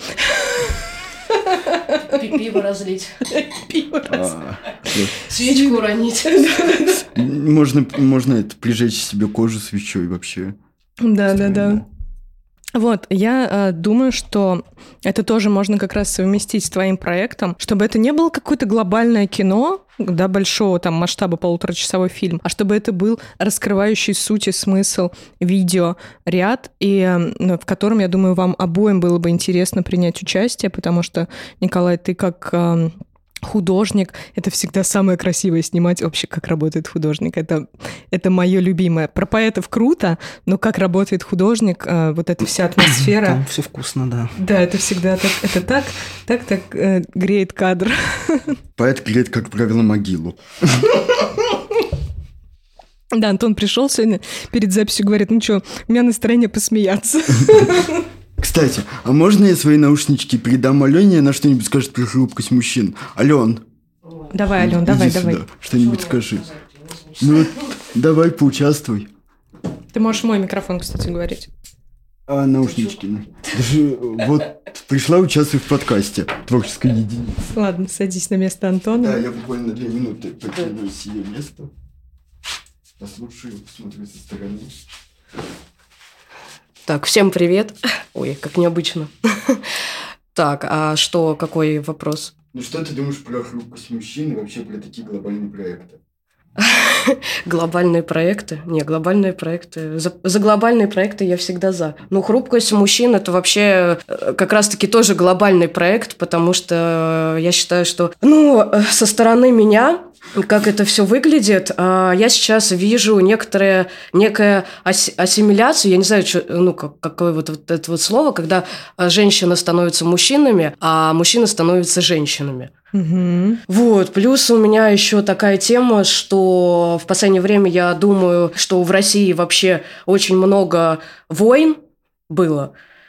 Пиво разлить. Пиво разлить. Свечку уронить. Можно, можно это, прижечь себе кожу свечой вообще. Да, да, да. Вот, я э, думаю, что это тоже можно как раз совместить с твоим проектом, чтобы это не было какое-то глобальное кино, да, большого там масштаба полуторачасовой фильм, а чтобы это был раскрывающий суть и смысл видеоряд, и э, в котором, я думаю, вам обоим было бы интересно принять участие, потому что, Николай, ты как... Э, художник, это всегда самое красивое снимать вообще, как работает художник. Это, это мое любимое. Про поэтов круто, но как работает художник, вот эта вся атмосфера. Там все вкусно, да. Да, это всегда так, это так, так, так э, греет кадр. Поэт греет, как правило, могилу. Да, Антон пришел сегодня перед записью, говорит, ну что, у меня настроение посмеяться. Кстати, а можно я свои наушнички передам Алене, она что-нибудь скажет про хрупкость мужчин? Ален. Давай, Ален, давай, давай. Сюда, что-нибудь скажи. Ну, давай, поучаствуй. Ты можешь мой микрофон, кстати, говорить. А наушнички? Даже вот пришла участвовать в подкасте «Творческая единица». Ладно, садись на место Антона. Да, я буквально две минуты покину себе место. Послушаю, посмотрю со стороны. Так, всем привет. Ой, как необычно. Так, а что, какой вопрос? Ну, что ты думаешь про хрупкость мужчин и вообще про такие глобальные проекты? Глобальные проекты? Не, глобальные проекты. За, за глобальные проекты я всегда за. Ну, хрупкость мужчин – это вообще как раз-таки тоже глобальный проект, потому что я считаю, что, ну, со стороны меня, как это все выглядит, я сейчас вижу некоторые, некая ас- ассимиляцию, я не знаю, что, ну, как, какое вот, вот это вот слово, когда женщины становятся мужчинами, а мужчины становятся женщинами. Угу. Вот, плюс у меня еще такая тема, что в последнее время я думаю, что в России вообще очень много войн было.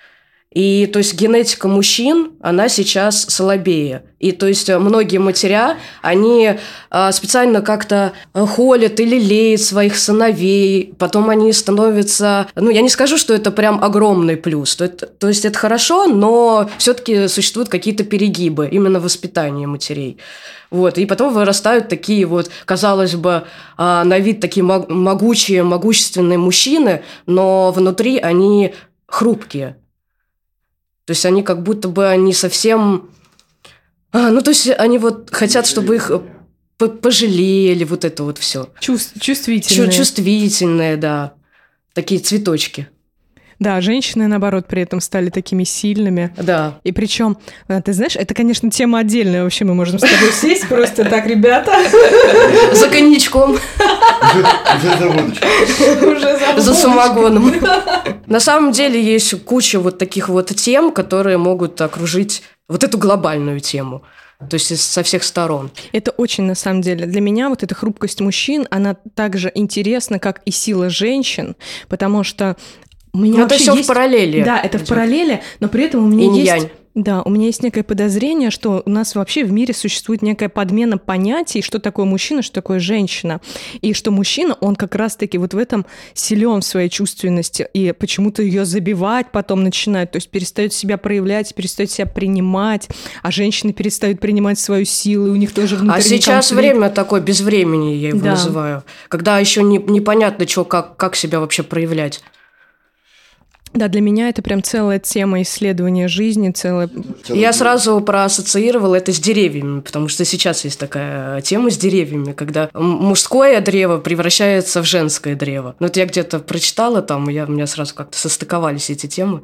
И то есть генетика мужчин, она сейчас слабее. И то есть многие матеря, они специально как-то холят или леют своих сыновей, потом они становятся... Ну, я не скажу, что это прям огромный плюс. То, это, то есть это хорошо, но все-таки существуют какие-то перегибы именно в воспитании матерей. Вот. И потом вырастают такие вот, казалось бы, на вид такие могучие, могущественные мужчины, но внутри они хрупкие. То есть они как будто бы не совсем... А, ну, то есть они вот хотят, чтобы их пожалели, вот это вот все. Чувств, чувствительные. Чу- чувствительные, да. Такие цветочки. Да, женщины, наоборот, при этом стали такими сильными. Да. И причем, ты знаешь, это, конечно, тема отдельная. Вообще мы можем с тобой сесть просто так, ребята. За коньячком. Уже за водочкой. За самогоном. На самом деле есть куча вот таких вот тем, которые могут окружить вот эту глобальную тему. То есть со всех сторон. Это очень, на самом деле, для меня вот эта хрупкость мужчин, она также интересна, как и сила женщин, потому что у меня но это все есть... в параллели. Да, это идет. В параллели, но при этом у меня Инь-янь. есть... Да, у меня есть некое подозрение, что у нас вообще в мире существует некая подмена понятий, что такое мужчина, что такое женщина. И что мужчина, он как раз-таки вот в этом силен в своей чувственности, и почему-то ее забивать потом начинают, то есть перестают себя проявлять, перестают себя принимать, а женщины перестают принимать свою силу, и у них тоже внутренний конфликт. А сейчас время такое, без времени я его да. называю, когда еще не, непонятно, что, как, как себя вообще проявлять. Да, для меня это прям целая тема исследования жизни, целая... Я сразу проассоциировала это с деревьями, потому что сейчас есть такая тема с деревьями, когда мужское древо превращается в женское древо. Ну, это я где-то прочитала там, и я, у меня сразу как-то состыковались эти темы.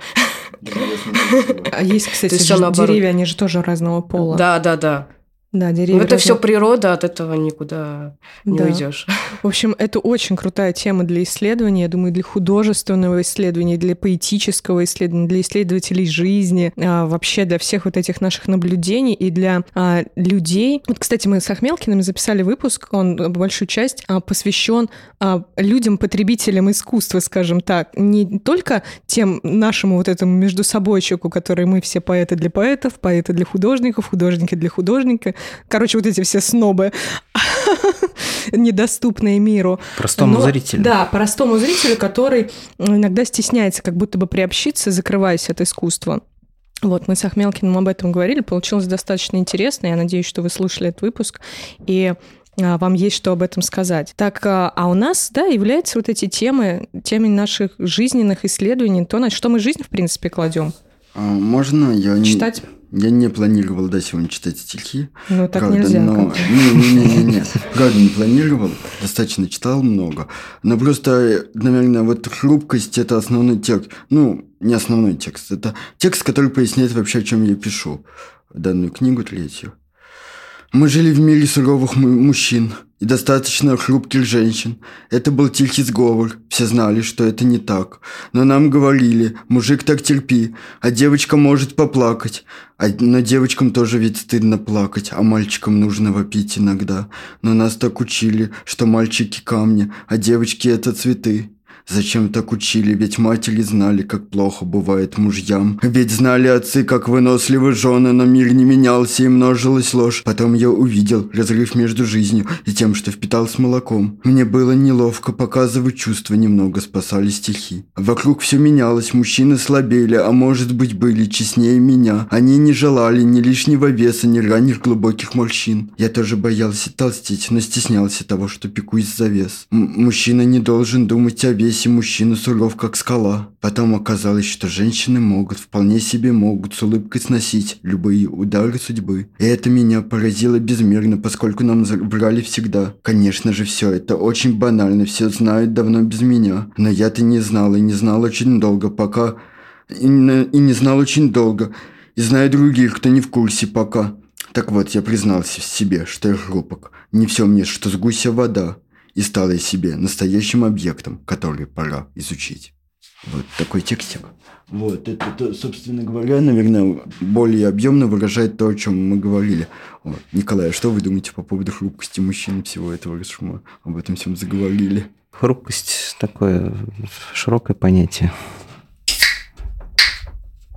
А есть, кстати, деревья, они же тоже разного пола. Да, да, да. Да, деревья. Но это все природа, от этого никуда не да. уйдешь. В общем, это очень крутая тема для исследования, я думаю, для художественного исследования, для поэтического исследования, для исследователей жизни, а, вообще для всех вот этих наших наблюдений и для а, людей. Вот, кстати, мы с Ахмелкиным записали выпуск, он большую часть а, посвящен а, людям-потребителям искусства, скажем так, не только тем нашему вот этому междусобойчику, который мы все поэты для поэтов, поэты для художников, художники для художника. Короче, вот эти все снобы, недоступные миру. Простому Но, зрителю. Да, простому зрителю, который иногда стесняется как будто бы приобщиться, закрываясь от искусства. Вот, мы с Ахмелкиным об этом говорили, получилось достаточно интересно. Я надеюсь, что вы слушали этот выпуск, и вам есть что об этом сказать. Так, а у нас, да, являются вот эти темы, темы наших жизненных исследований, то, на что мы жизнь, в принципе, кладем. А, можно я читать? Не, я не планировал, да, сегодня читать стихи. Ну, так правда, нельзя. Но... Не-не-не, правда, не планировал. Достаточно читал много. Но просто, наверное, вот хрупкость – это основной текст. Ну, не основной текст. Это текст, который поясняет вообще, о чем я пишу. Данную книгу третью. Мы жили в мире суровых мужчин и достаточно хрупких женщин. Это был тихий сговор. Все знали, что это не так. Но нам говорили: мужик, так терпи, а девочка может поплакать. А, но девочкам тоже ведь стыдно плакать, а мальчикам нужно вопить иногда. Но нас так учили, что мальчики камни, а девочки это цветы. Зачем так учили? Ведь матери знали, как плохо бывает мужьям. Ведь знали отцы, как выносливы жены, но мир не менялся и множилась ложь. Потом я увидел разрыв между жизнью и тем, что впитал с молоком. Мне было неловко показывать чувства, немного спасали стихи. Вокруг все менялось, мужчины слабели, а может быть были честнее меня. Они не желали ни лишнего веса, ни ранних глубоких морщин. Я тоже боялся толстеть, но стеснялся того, что пекусь за вес. М- мужчина не должен думать о весе. Мужчина суров, как скала. Потом оказалось, что женщины могут, вполне себе могут с улыбкой сносить любые удары судьбы. И это меня поразило безмерно, поскольку нам врали всегда. Конечно же, все это очень банально, все знают давно без меня. Но я-то не знал, и не знал очень долго, пока... И, и не знал очень долго. И знаю других, кто не в курсе пока. Так вот, я признался в себе, что я хрупок. Не все мне, что с гуся вода. И стала я себе настоящим объектом, который пора изучить. Вот такой текстик. Вот, это, это, собственно говоря, наверное, более объемно выражает то, о чем мы говорили. Вот. Николай, а что вы думаете по поводу хрупкости мужчин и всего этого, раз мы об этом всем заговорили? Хрупкость – такое широкое понятие.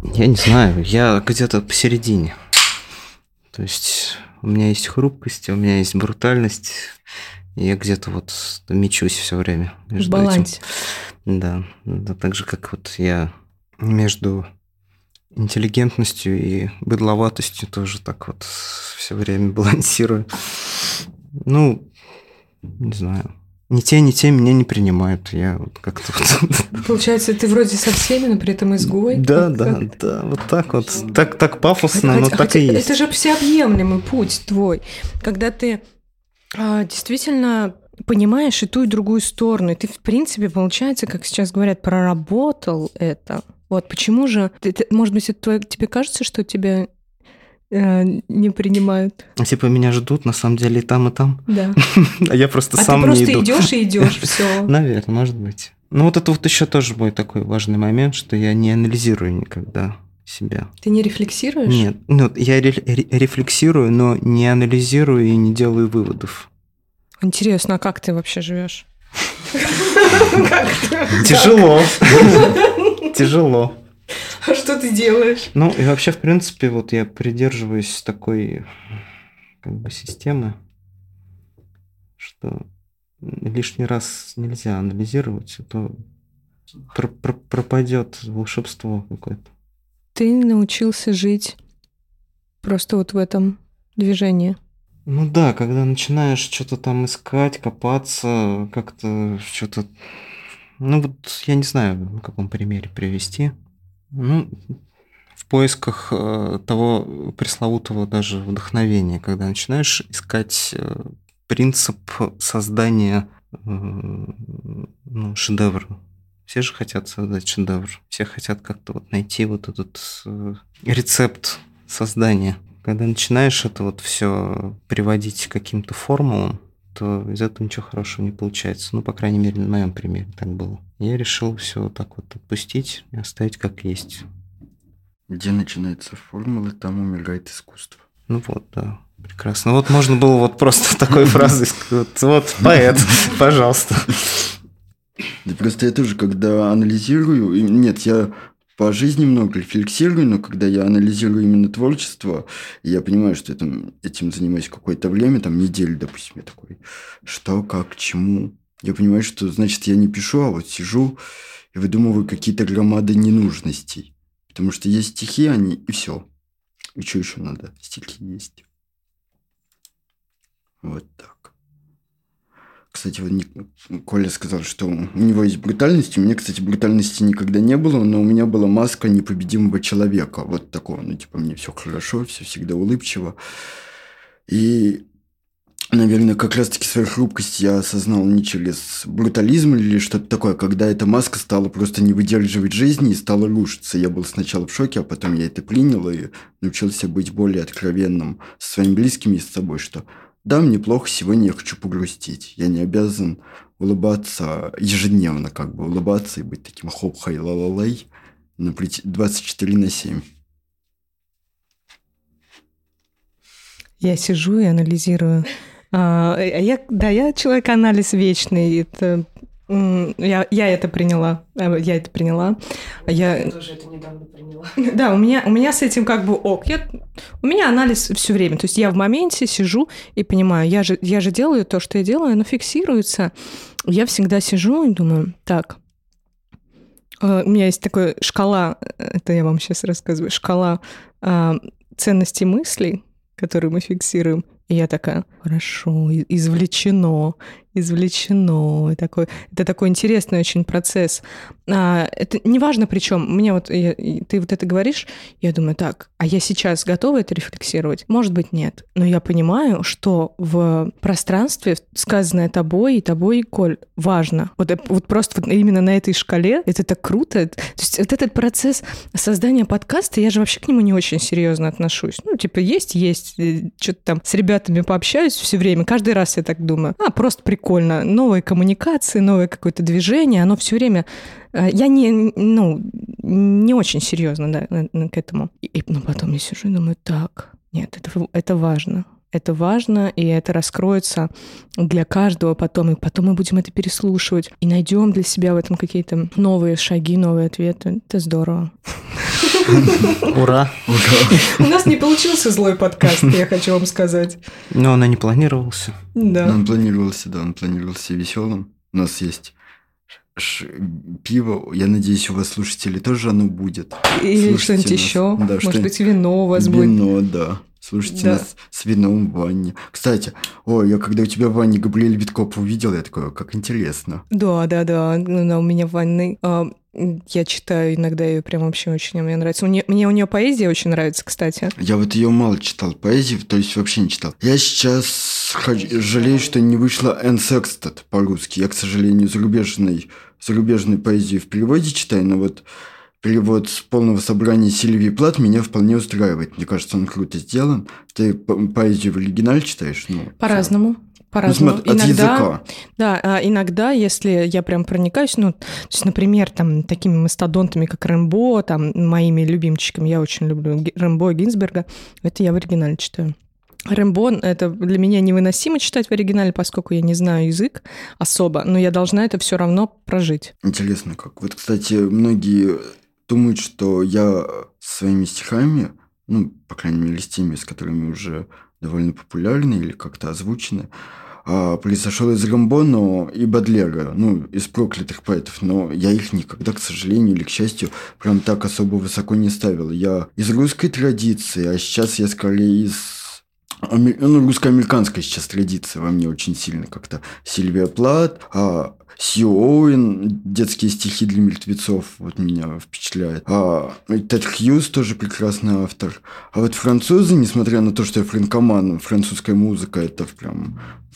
Я не знаю, я где-то посередине. То есть у меня есть хрупкость, у меня есть брутальность, и я где-то вот мечусь все время между В балансе. этим. Да, да, так же, как вот я между интеллигентностью и быдловатостью тоже так вот все время балансирую. Ну, не знаю. Ни те, ни те меня не принимают. Я вот как-то вот... Получается, ты вроде со всеми, но при этом изгой. Да, да, да, вот так вот. Так, так пафосно, но так и есть. Это же всеобъемлемый путь твой, когда ты а, действительно понимаешь и ту, и другую сторону. И ты, в принципе, получается, как сейчас говорят, проработал это. Вот почему же... Ты, ты, может быть, это твое, тебе кажется, что тебя... не принимают. Типа меня ждут, на самом деле, и там, и там. Да. А я просто а сам не иду. А ты просто идешь и идешь, все. Наверное, может быть. Ну вот это вот еще тоже мой такой важный момент, что я не анализирую никогда себя. Ты не рефлексируешь? Нет. Ну, я ре- рефлексирую, но не анализирую и не делаю выводов. Интересно, а как ты вообще живешь? Тяжело. Тяжело. А что ты делаешь? Ну, и вообще, в принципе, вот я придерживаюсь такой как бы системы, что лишний раз нельзя анализировать, а то пр- пр- пропадет волшебство какое-то. Ты научился жить просто вот в этом движении. Ну да, когда начинаешь что-то там искать, копаться, как-то что-то... Ну вот я не знаю, на каком примере привести. Ну, в поисках э, того пресловутого даже вдохновения, когда начинаешь искать э, принцип создания э, ну, шедевра. Все же хотят создать шедевр. Все хотят как-то вот найти вот этот э, рецепт создания. Когда начинаешь это вот все приводить к каким-то формулам, то из этого ничего хорошего не получается. Ну, по крайней мере, на моем примере так было. Я решил все так вот отпустить и оставить как есть. Где начинается формула, там умирает искусство. Ну вот, да. Прекрасно. Вот можно было вот просто такой фразой сказать. Вот, поэт, пожалуйста. Да просто я тоже, когда анализирую... Нет, я по жизни много рефлексирую, но когда я анализирую именно творчество, я понимаю, что этим, этим занимаюсь какое-то время, там неделю, допустим, я такой, что, как, чему. Я понимаю, что, значит, я не пишу, а вот сижу и выдумываю какие-то громады ненужностей. Потому что есть стихи, они, и все. И что еще надо? Стихи есть. Вот так. Кстати, вот Коля сказал, что у него есть брутальность. У меня, кстати, брутальности никогда не было, но у меня была маска непобедимого человека. Вот такого. Ну, типа, мне все хорошо, все всегда улыбчиво. И, наверное, как раз-таки свою хрупкость я осознал не через брутализм или что-то такое, когда эта маска стала просто не выдерживать жизни и стала рушиться. Я был сначала в шоке, а потом я это принял и научился быть более откровенным со своими близкими и с собой, что да, мне плохо, сегодня я хочу погрустить. Я не обязан улыбаться ежедневно, как бы улыбаться и быть таким хоп-хай ла-ла-лай двадцать четыре на семь. Я сижу и анализирую. А, я, да, я человек-анализ вечный. Это, я, я это приняла. Я это приняла. Я, я тоже это недавно приняла. Да, у меня, у меня с этим как бы ок. Я, у меня анализ все время. То есть я в моменте сижу и понимаю, я же, я же делаю то, что я делаю, оно фиксируется. Я всегда сижу и думаю, так, у меня есть такая шкала, это я вам сейчас рассказываю, шкала ценностей мыслей, которые мы фиксируем. И я такая, хорошо, извлечено, извлечено. И такой, это такой интересный очень процесс. А, это неважно причем. Мне вот, я, ты вот это говоришь, я думаю, так, а я сейчас готова это рефлексировать? Может быть, нет. Но я понимаю, что в пространстве, сказанное тобой и тобой, Коль, важно. Вот, вот просто вот именно на этой шкале это так круто. То есть вот этот процесс создания подкаста, я же вообще к нему не очень серьезно отношусь. Ну, типа, есть, есть, что-то там с ребятами пообщаюсь все время. Каждый раз я так думаю, а, просто прикольно. Новые коммуникации, новое какое-то движение, оно все время... Я не, ну, не очень серьезно, да, к этому. И ну, потом я сижу и думаю, так, нет, это, это важно. Это важно, и это раскроется для каждого потом. И потом мы будем это переслушивать. И найдем для себя в этом какие-то новые шаги, новые ответы. Это здорово. Ура! У нас не получился злой подкаст, я хочу вам сказать. Но он и не планировался. Да. Он планировался, да, он планировался веселым. У нас есть ш- пиво. Я надеюсь, у вас, слушатели, тоже оно будет. Или Слушайте что-нибудь нас. еще. Да, Может что-нибудь. быть, вино у вас будет. Вино, да. Слушайте Да. нас с вином в ванне. Кстати, ой, я когда у тебя в ванне Габриэль Виткоп увидел, я такой, как интересно. Да, да, да. Она у меня в ванной. А, Я читаю иногда ее прям вообще очень мне нравится. У нее- Мне у нее поэзия очень нравится, кстати. Я вот ее мало читал, поэзии, то есть вообще не читал. Я сейчас хоч- жалею, что не вышла Энн Секстед по-русски. Я, к сожалению, зарубежной, зарубежной поэзии в переводе читаю, но вот перевод с полного собрания Сильвии Плат меня вполне устраивает. Мне кажется, он круто сделан. Ты по- поэзию в оригинале читаешь? Ну, По-разному. Ну, По-разному. смотри, от языка. Да, а иногда, если я прям проникаюсь, ну, то есть, например, там, такими мастодонтами, как Рэмбо, там, моими любимчиками, я очень люблю Ги- Рэмбо и Гинзберга, это я в оригинале читаю. Рэмбо — это для меня невыносимо читать в оригинале, поскольку я не знаю язык особо, но я должна это все равно прожить. Интересно как. Вот, кстати, многие думают, что я своими стихами, ну, по крайней мере, с теми, с которыми уже довольно популярны или как-то озвучены, а, произошел из Рэмбо, но и Бодлера, ну, из проклятых поэтов, но я их никогда, к сожалению или к счастью, прям так особо высоко не ставил. Я из русской традиции, а сейчас я скорее из... аме- Ну, русско-американская сейчас традиция во мне очень сильно как-то. Сильвия Плат, а, Сью Оуэн, детские стихи для мертвецов, вот меня впечатляет. А Тед Хьюз тоже прекрасный автор. А вот французы, несмотря на то, что я франкоман, французская музыка – это прям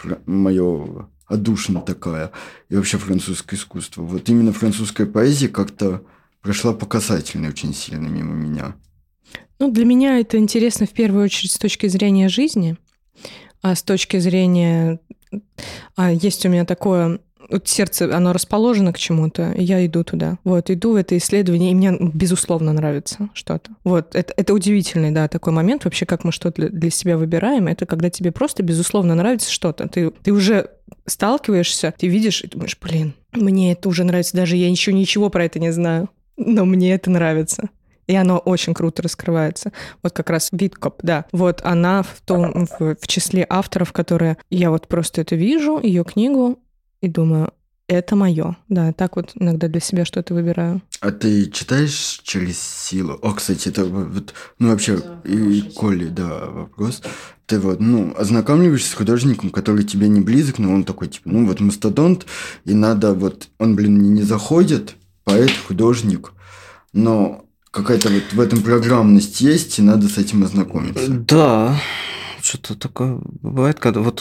мое отдушина такая. И вообще французское искусство. Вот именно французская поэзия как-то прошла по касательной очень сильно мимо меня. Ну, для меня это интересно в первую очередь с точки зрения жизни, а с точки зрения... а, Есть у меня такое... Вот сердце, оно расположено к чему-то, и я иду туда. Вот, иду в это исследование, и мне, безусловно, нравится что-то. Вот, это, это удивительный, да, такой момент. Вообще, как мы что-то для, для себя выбираем, это когда тебе просто, безусловно, нравится что-то. Ты, ты уже сталкиваешься, ты видишь и думаешь, блин, мне это уже нравится, даже я еще ничего про это не знаю, но мне это нравится. И оно очень круто раскрывается. Вот как раз Виткоп, да. Вот она в, том, в, в числе авторов, которые... Я вот просто это вижу, ее книгу, и думаю, это мое. Да, так вот иногда для себя что-то выбираю. А ты читаешь через силу? О, кстати, это вот, ну вообще, Да, и хорошая Коли, да, вопрос. Ты вот, ну, ознакомливаешься с художником, который тебе не близок, но он такой, типа, ну, вот мастодонт, и надо вот, он, блин, мне не заходит, поэт, художник, но какая-то вот в этом программность есть, и надо с этим ознакомиться. Да, что-то такое бывает, когда вот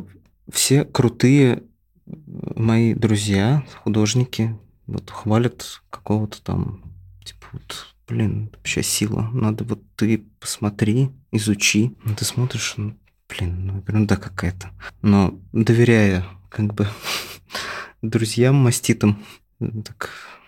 все крутые мои друзья, художники, вот хвалят какого-то там, типа, вот, блин, вообще сила. Надо вот ты посмотри, изучи. Ну, ты смотришь, ну, блин, ну, ерунда какая-то. Но доверяя, как бы, друзьям, маститам, так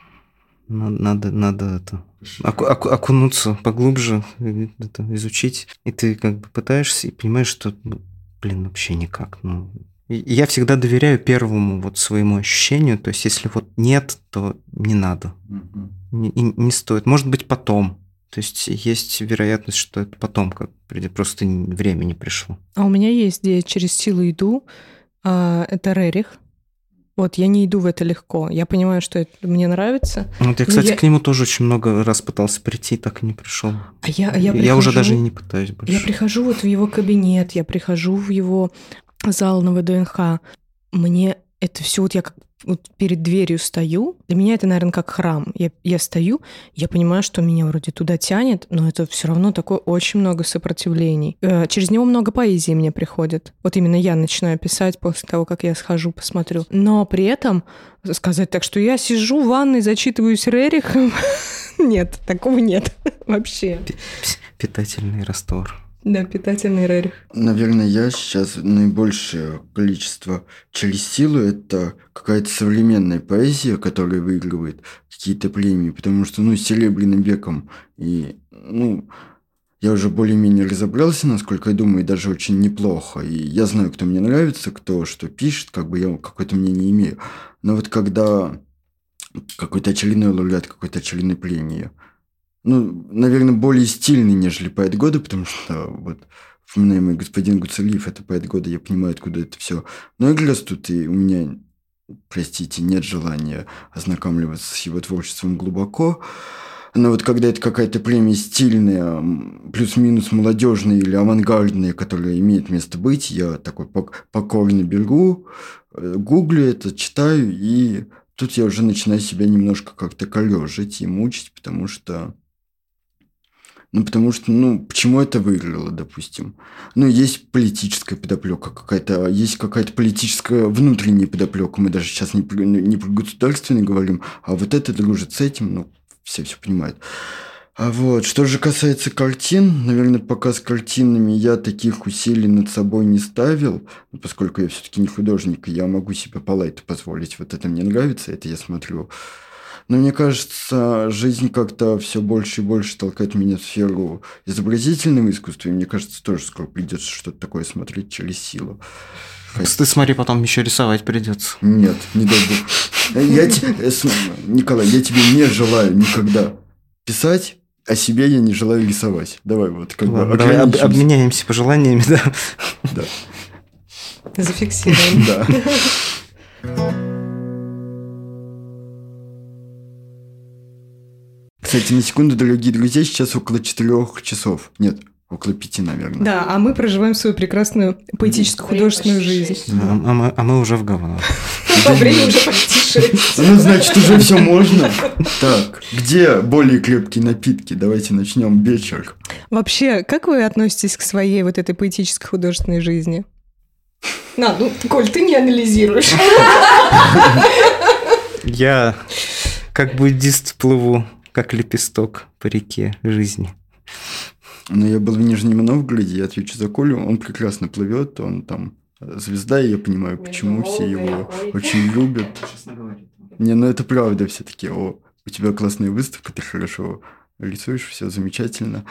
надо, надо, надо это, оку- оку- окунуться поглубже, это, изучить. И ты как бы пытаешься и понимаешь, что, ну, блин, вообще никак, ну... Я всегда доверяю первому вот своему ощущению, то есть если вот нет, то не надо, не, не стоит. Может быть, потом. То есть есть вероятность, что это потом, как придет, просто время не пришло. А у меня есть, где я через силу иду, а, это Рерих. Вот, я не иду в это легко. Я понимаю, что это мне нравится. Вот я, но кстати, я- к нему тоже очень много раз пытался прийти, так и не пришел. А я, я, Я уже прихожу- даже и не пытаюсь больше. Я прихожу вот в его кабинет, я прихожу в его зал на ВДНХ. Мне это все, вот я как вот перед дверью стою, для меня это, наверное, как храм. Я, я стою, я понимаю, что меня вроде туда тянет, но это все равно такое очень много сопротивлений. Э, Через него много поэзии мне приходит. Вот именно я начинаю писать после того, как я схожу, посмотрю. Но при этом сказать так, что я сижу в ванной, зачитываюсь Рерихом, нет, такого нет вообще. Питательный раствор. Да, питательный Рерих. Наверное, я сейчас наибольшее количество через силу – это какая-то современная поэзия, которая выигрывает какие-то премии, потому что, ну, с Серебряным веком и, ну, я уже более-менее разобрался, насколько я думаю, и даже очень неплохо. И я знаю, кто мне нравится, кто что пишет, как бы я какое-то мнение имею. Но вот когда какой-то очередной лауреат какой-то очередной премии ну, наверное, более стильный, нежели поэт года, потому что вот вспоминаемый господин Гуцалиев – это поэт года, я понимаю, откуда это все. Но и раз тут и у меня, простите, нет желания ознакомливаться с его творчеством глубоко. Но вот когда это какая-то премия стильная, плюс-минус молодежная или авангардная, которая имеет место быть, я такой покорно беру, гуглю это, читаю, и тут я уже начинаю себя немножко как-то корежить и мучить, потому что... Ну, потому что, ну, почему это выиграло, допустим? Ну, есть политическая подоплека какая-то, есть какая-то политическая внутренняя подоплека. Мы даже сейчас не про, не про государственный говорим, а вот это дружит с этим, ну, все все понимают. А вот, что же касается картин, наверное, пока с картинами я таких усилий над собой не ставил, поскольку я все-таки не художник, и я могу себе по лайту позволить. Вот это мне нравится, это я смотрю. Но мне кажется, жизнь как-то все больше и больше толкает меня в сферу изобразительного искусства, и мне кажется, тоже скоро придется что-то такое смотреть через силу. Ты смотри, потом еще рисовать придется. Нет, не дай бог. Я тебе, Николай, я тебе не желаю никогда писать, а себе я не желаю рисовать. Давай вот как Ладно, бы давай об, обменяемся пожеланиями, да? Да. Зафиксируем. Да. Кстати, на секунду, дорогие друзья, сейчас около четырех часов. Нет, около пяти, наверное. Да, а мы проживаем свою прекрасную поэтическую художественную жизнь. Да, а, мы, а мы уже в говно. Время уже почти шесть. Ну, значит, уже все можно. Так, где более крепкие напитки? Давайте начнем вечер. Вообще, как вы относитесь к своей вот этой поэтической художественной жизни? На, ну, Коль, ты не анализируешь. Я как буддист плыву, как лепесток по реке жизни. Ну, я был в Нижнем Новгороде, я отвечу за Колю, он прекрасно плывет, он там звезда, и я понимаю, почему все его очень любят. Не, ну это правда все-таки. О, у тебя классная выставка, ты хорошо рисуешь, все замечательно.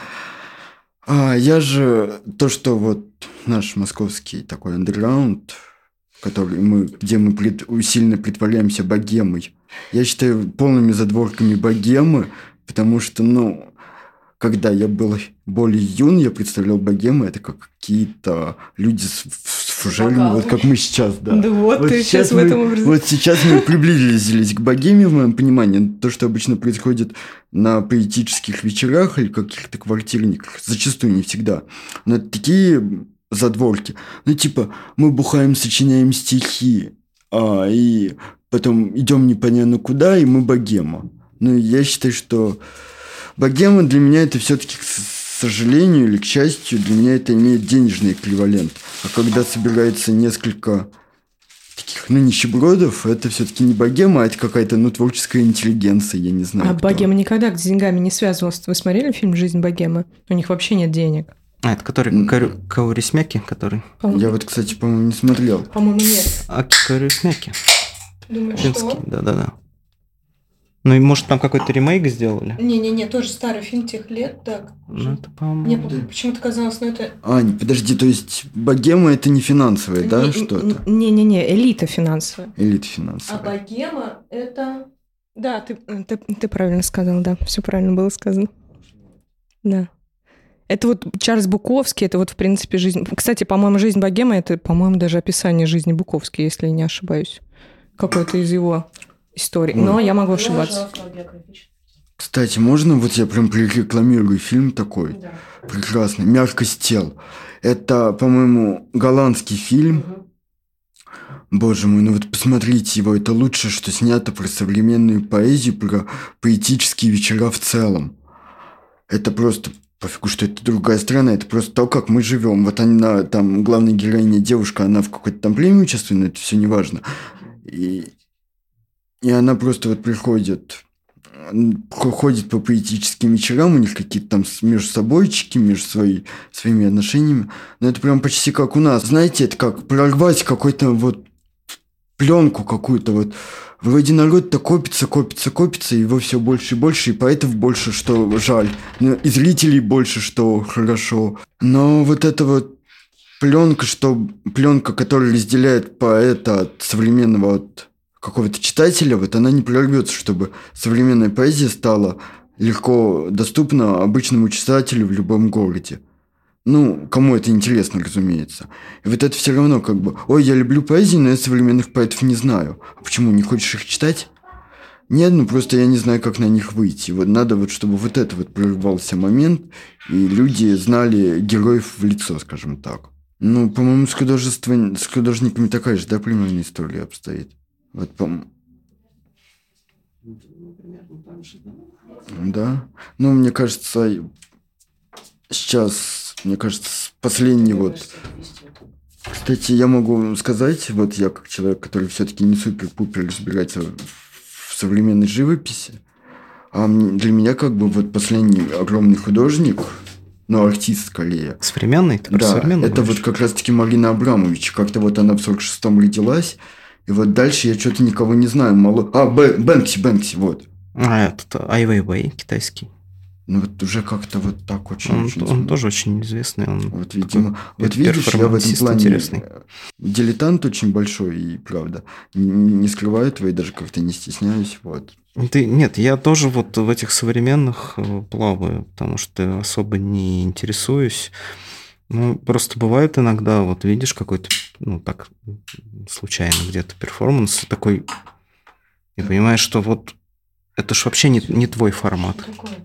А я же то, что вот наш московский такой андерграунд, который мы, где мы пред, усиленно притворяемся богемой, я считаю полными задворками богемы, потому что, ну, когда я был более юн, я представлял богемы, это как какие-то люди с, с фужерами, вот как мы сейчас, да. Да вот, вот ты сейчас мы, в этом образе. Вот сейчас мы приблизились к богеме, в моем понимании. То, что обычно происходит на поэтических вечерах или каких-то квартирниках, зачастую, не всегда. Но это такие задворки. Ну, типа, мы бухаем, сочиняем стихи, а, и потом идем непонятно куда, и мы богема. Ну, я считаю, что богема для меня это все-таки, к сожалению или к счастью, для меня это имеет денежный эквивалент. А когда собирается несколько таких, ну, нищебродов, это все-таки не богема, а это какая-то, ну, творческая интеллигенция, я не знаю. А кто. богема никогда с деньгами не связывалась. Вы смотрели фильм «Жизнь богемы»? У них вообще нет денег. А, это который Каурисмяки, который? По-моему. Я вот, кстати, по-моему, не смотрел. По-моему, нет. А Каурисмяки. Думаю, Финский, что? да-да-да. Ну и может там какой-то ремейк сделали? Не-не-не, тоже старый фильм тех лет, так. Ну это, по-моему... Мне почему-то казалось, ну это... Ань, подожди, то есть богема это не финансовая, да, Не- что-то? Не-не-не, элита финансовая. Элита А финансовая. богема это... Да, ты, ты, ты правильно сказал, да, все правильно было сказано. Да. Это вот Чарльз Буковский, это вот, в принципе, жизнь... Кстати, по-моему, «Жизнь богемы» — это, по-моему, даже описание жизни Буковски, если я не ошибаюсь. Какой-то из его историй. Но я могу ошибаться. Кстати, можно, вот я прям прорекламирую фильм такой, Да. прекрасный, «Мягкость тел». Это, по-моему, голландский фильм. Боже мой, ну вот посмотрите его, это лучшее, что снято про современную поэзию, про поэтические вечера в целом. Это просто, пофигу, что это другая страна, это просто то, как мы живем. Вот она, там, главная героиня, девушка, она в какой-то там премии участвует, но это все не важно. И, и она просто вот приходит, ходит по поэтическим вечерам, у них какие-то там между собойчики, между свои, своими отношениями. Но это прям почти как у нас. Знаете, это как прорвать какой-то вот пленку какую-то вот. Вроде народ-то копится, копится, копится, его все больше и больше, и поэтов больше, что жаль. Ну, и зрителей больше, что хорошо. Но вот эта вот пленка, что пленка, которая разделяет поэта от современного от какого-то читателя, вот она не прорвется, чтобы современная поэзия стала легко доступно обычному читателю в любом городе. Ну, кому это интересно, разумеется. И вот это все равно как бы, ой, я люблю поэзию, но я современных поэтов не знаю. А почему, не хочешь их читать? Нет, ну просто я не знаю, как на них выйти. Вот надо вот, чтобы вот это вот прорывался момент, и люди знали героев в лицо, скажем так. Ну, по-моему, с, художеством, с художниками такая же, да, примерно история обстоит. Вот, по-моему. Да. Ну, мне кажется, сейчас, мне кажется, последний вот... Кстати, я могу сказать, вот я как человек, который все-таки не супер-пупер разбирается в современной живописи, а для меня как бы вот последний огромный художник, ну, артист скорее. Современный? Ты да, современный это говоришь? вот как раз-таки Марина Абрамович. Как-то вот она в сорок шестом родилась, и вот дальше я что-то никого не знаю. Мало... А, Бэнкси, Бэнкси, вот. А, этот Ай Вейвей китайский. Ну, вот уже как-то вот так очень... Он, очень он тоже очень известный. Он вот, видимо, такой вот видишь, я в этом плане интересный. Дилетант очень большой, и правда, не, не скрываю этого, и даже как-то не стесняюсь, вот. Ты, нет, я тоже вот в этих современных плаваю, потому что особо не интересуюсь. Ну, просто бывает иногда, вот видишь какой-то, ну, так, случайно где-то перформанс такой, и понимаешь, что вот это ж вообще не, не твой формат.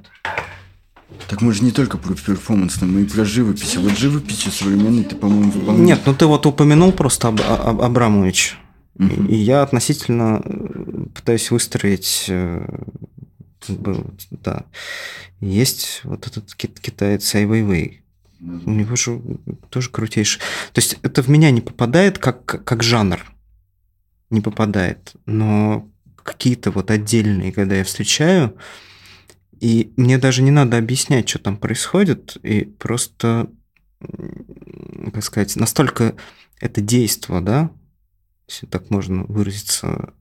Так мы же не только про перформанс, но мы и про живопись. А вот живописью современной ты, по-моему, выполняешь. Нет, ну ты вот упомянул просто Аб- Аб- Абрамович. Угу. И я относительно пытаюсь выстроить, как бы, да, есть вот этот китаец Ай Вейвей. У него же тоже крутейший. То есть это в меня не попадает как, как жанр. Не попадает. Но какие-то вот отдельные, когда я встречаю, и мне даже не надо объяснять, что там происходит, и просто, как сказать, настолько это действо, да, если так можно выразиться,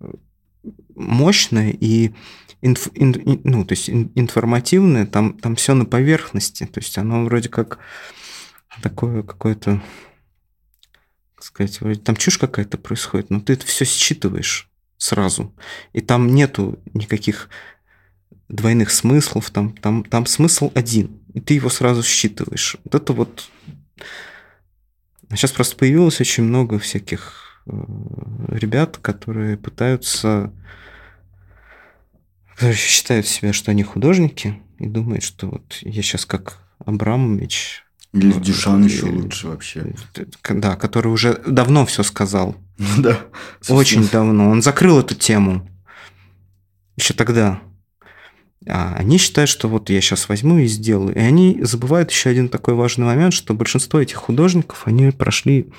мощное и инф, ин, ну, то есть информативное, там, там все на поверхности, то есть оно вроде как такое какое-то, как сказать, вроде там чушь какая-то происходит, но ты это все считываешь сразу, и там нету никаких двойных смыслов, там, там, там смысл один, и ты его сразу считываешь. Вот это вот... Сейчас просто появилось очень много всяких ребят, которые пытаются... которые считают себя, что они художники, и думают, что вот я сейчас как Абрамович... Или Дюшан еще лучше вообще. Да, который уже давно все сказал. Да. Очень давно. Он закрыл эту тему. Еще тогда. А они считают, что вот я сейчас возьму и сделаю. И они забывают еще один такой важный момент, что большинство этих художников, они прошли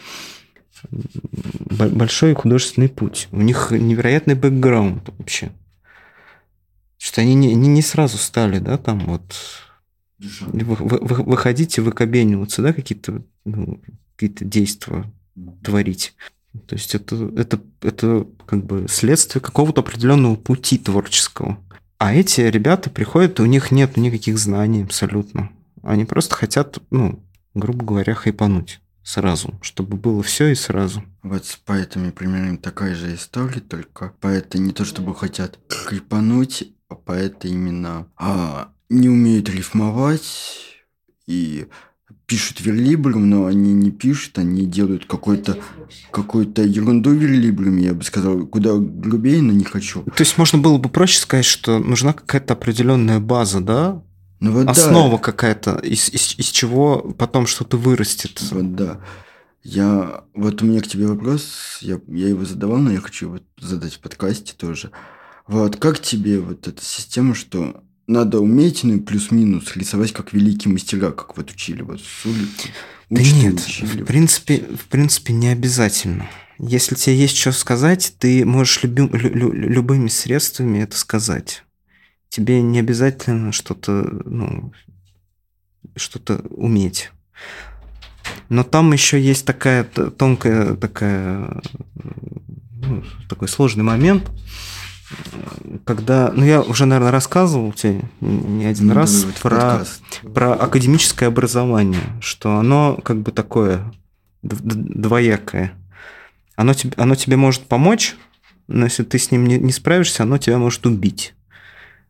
большой художественный путь. У них невероятный бэкграунд вообще. Что они не, не сразу стали, да, там вот вы, вы, выходить и выкобениваться, да, какие-то, ну, какие-то действия творить. То есть это, это, это как бы следствие какого-то определенного пути творческого. А эти ребята приходят, и у них нет никаких знаний абсолютно. Они просто хотят, ну, грубо говоря, хайпануть сразу, чтобы было все и сразу. Вот с поэтами примерно такая же история, только поэты не то чтобы хотят хайпануть, а поэты именно а, не умеют рифмовать и пишут верлибром, но они не пишут, они делают какой-то, какую-то ерунду верлибром, я бы сказал, куда грубее, но не хочу. То есть можно было бы проще сказать, что нужна какая-то определенная база, да? Ну, вот основа да. какая-то, из, из, из чего потом что-то вырастет. Вот да. Я, вот у меня к тебе вопрос, я, я его задавал, но я хочу его задать в подкасте тоже. Вот как тебе вот эта система, что надо уметь, ну и плюс-минус рисовать как великие мастера, как вот учили вот с улицы? Да нет, учили, в принципе, в принципе не обязательно. Если тебе есть что сказать, ты можешь люби, лю, лю, любыми средствами это сказать. Тебе не обязательно что-то, ну, что-то уметь. Но там еще есть такая тонкая, такая, ну, такой сложный момент, когда, ну, я уже, наверное, рассказывал тебе не один ну, раз про, про академическое образование, что оно как бы такое двоякое. Оно тебе, оно тебе может помочь, но если ты с ним не, не справишься, оно тебя может убить.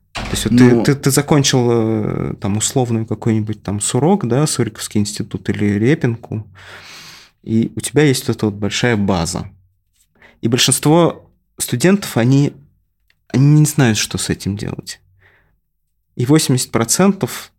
То есть вот Ну- ты, ты, ты закончил э, там условную какой-нибудь там Сурок, да, Суриковский институт или Репинку, и у тебя есть вот эта вот большая база. И большинство студентов, они, они не знают, что с этим делать. И восемьдесят процентов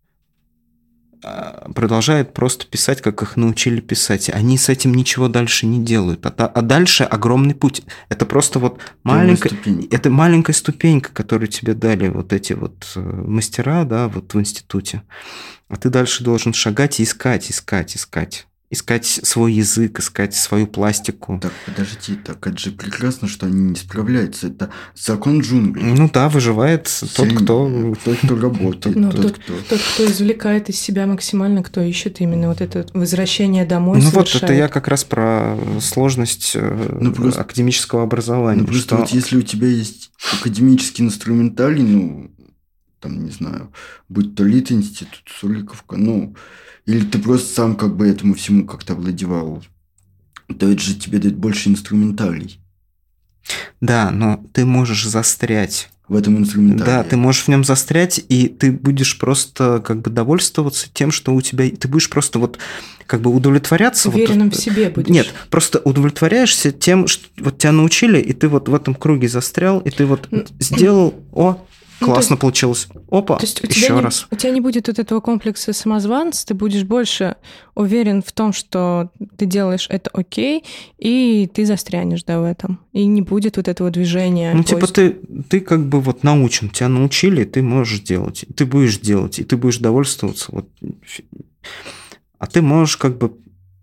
продолжает просто писать, как их научили писать. Они с этим ничего дальше не делают. А, а дальше огромный путь. Это просто вот маленькая, ступенька. это маленькая ступенька, которую тебе дали вот эти вот мастера, да, вот в институте. А ты дальше должен шагать и искать, искать, искать. Искать свой язык, искать свою пластику. Так, подожди, так это же прекрасно, что они не справляются. Это закон джунглей. Ну да, выживает тот, Сильный- кто... Тот, кто работает, Ну, тот, тот, кто... тот, кто извлекает из себя максимально, кто ищет именно вот это возвращение домой, Ну вот, совершает. это я как раз про сложность э, Ну, просто- академического образования. Ну, просто что- вот если у тебя есть академический инструментарий, ну, там, не знаю, будь то Лит-институт, Суриковка, ну, или ты просто сам как бы этому всему как-то овладевал, то это же тебе дает больше инструментарий Да, но ты можешь застрять. в этом инструментарии. Да, ты можешь в нем застрять, и ты будешь просто как бы довольствоваться тем, что у тебя... Ты будешь просто вот как бы удовлетворяться... вот- Уверенным в себе будешь. Нет, просто удовлетворяешься тем, что вот тебя научили, и ты вот в этом круге застрял, и ты вот Ну, сделал, о, ну, то классно есть- получилось, опа, То есть у тебя, еще не, раз. у тебя не будет вот этого комплекса самозванца, ты будешь больше уверен в том, что ты делаешь это окей, и ты застрянешь, да, в этом. И не будет вот этого движения. Ну, типа, поиска. ты, ты как бы вот научен, тебя научили, ты можешь делать, и ты будешь делать, и ты будешь довольствоваться. Вот. А ты можешь как бы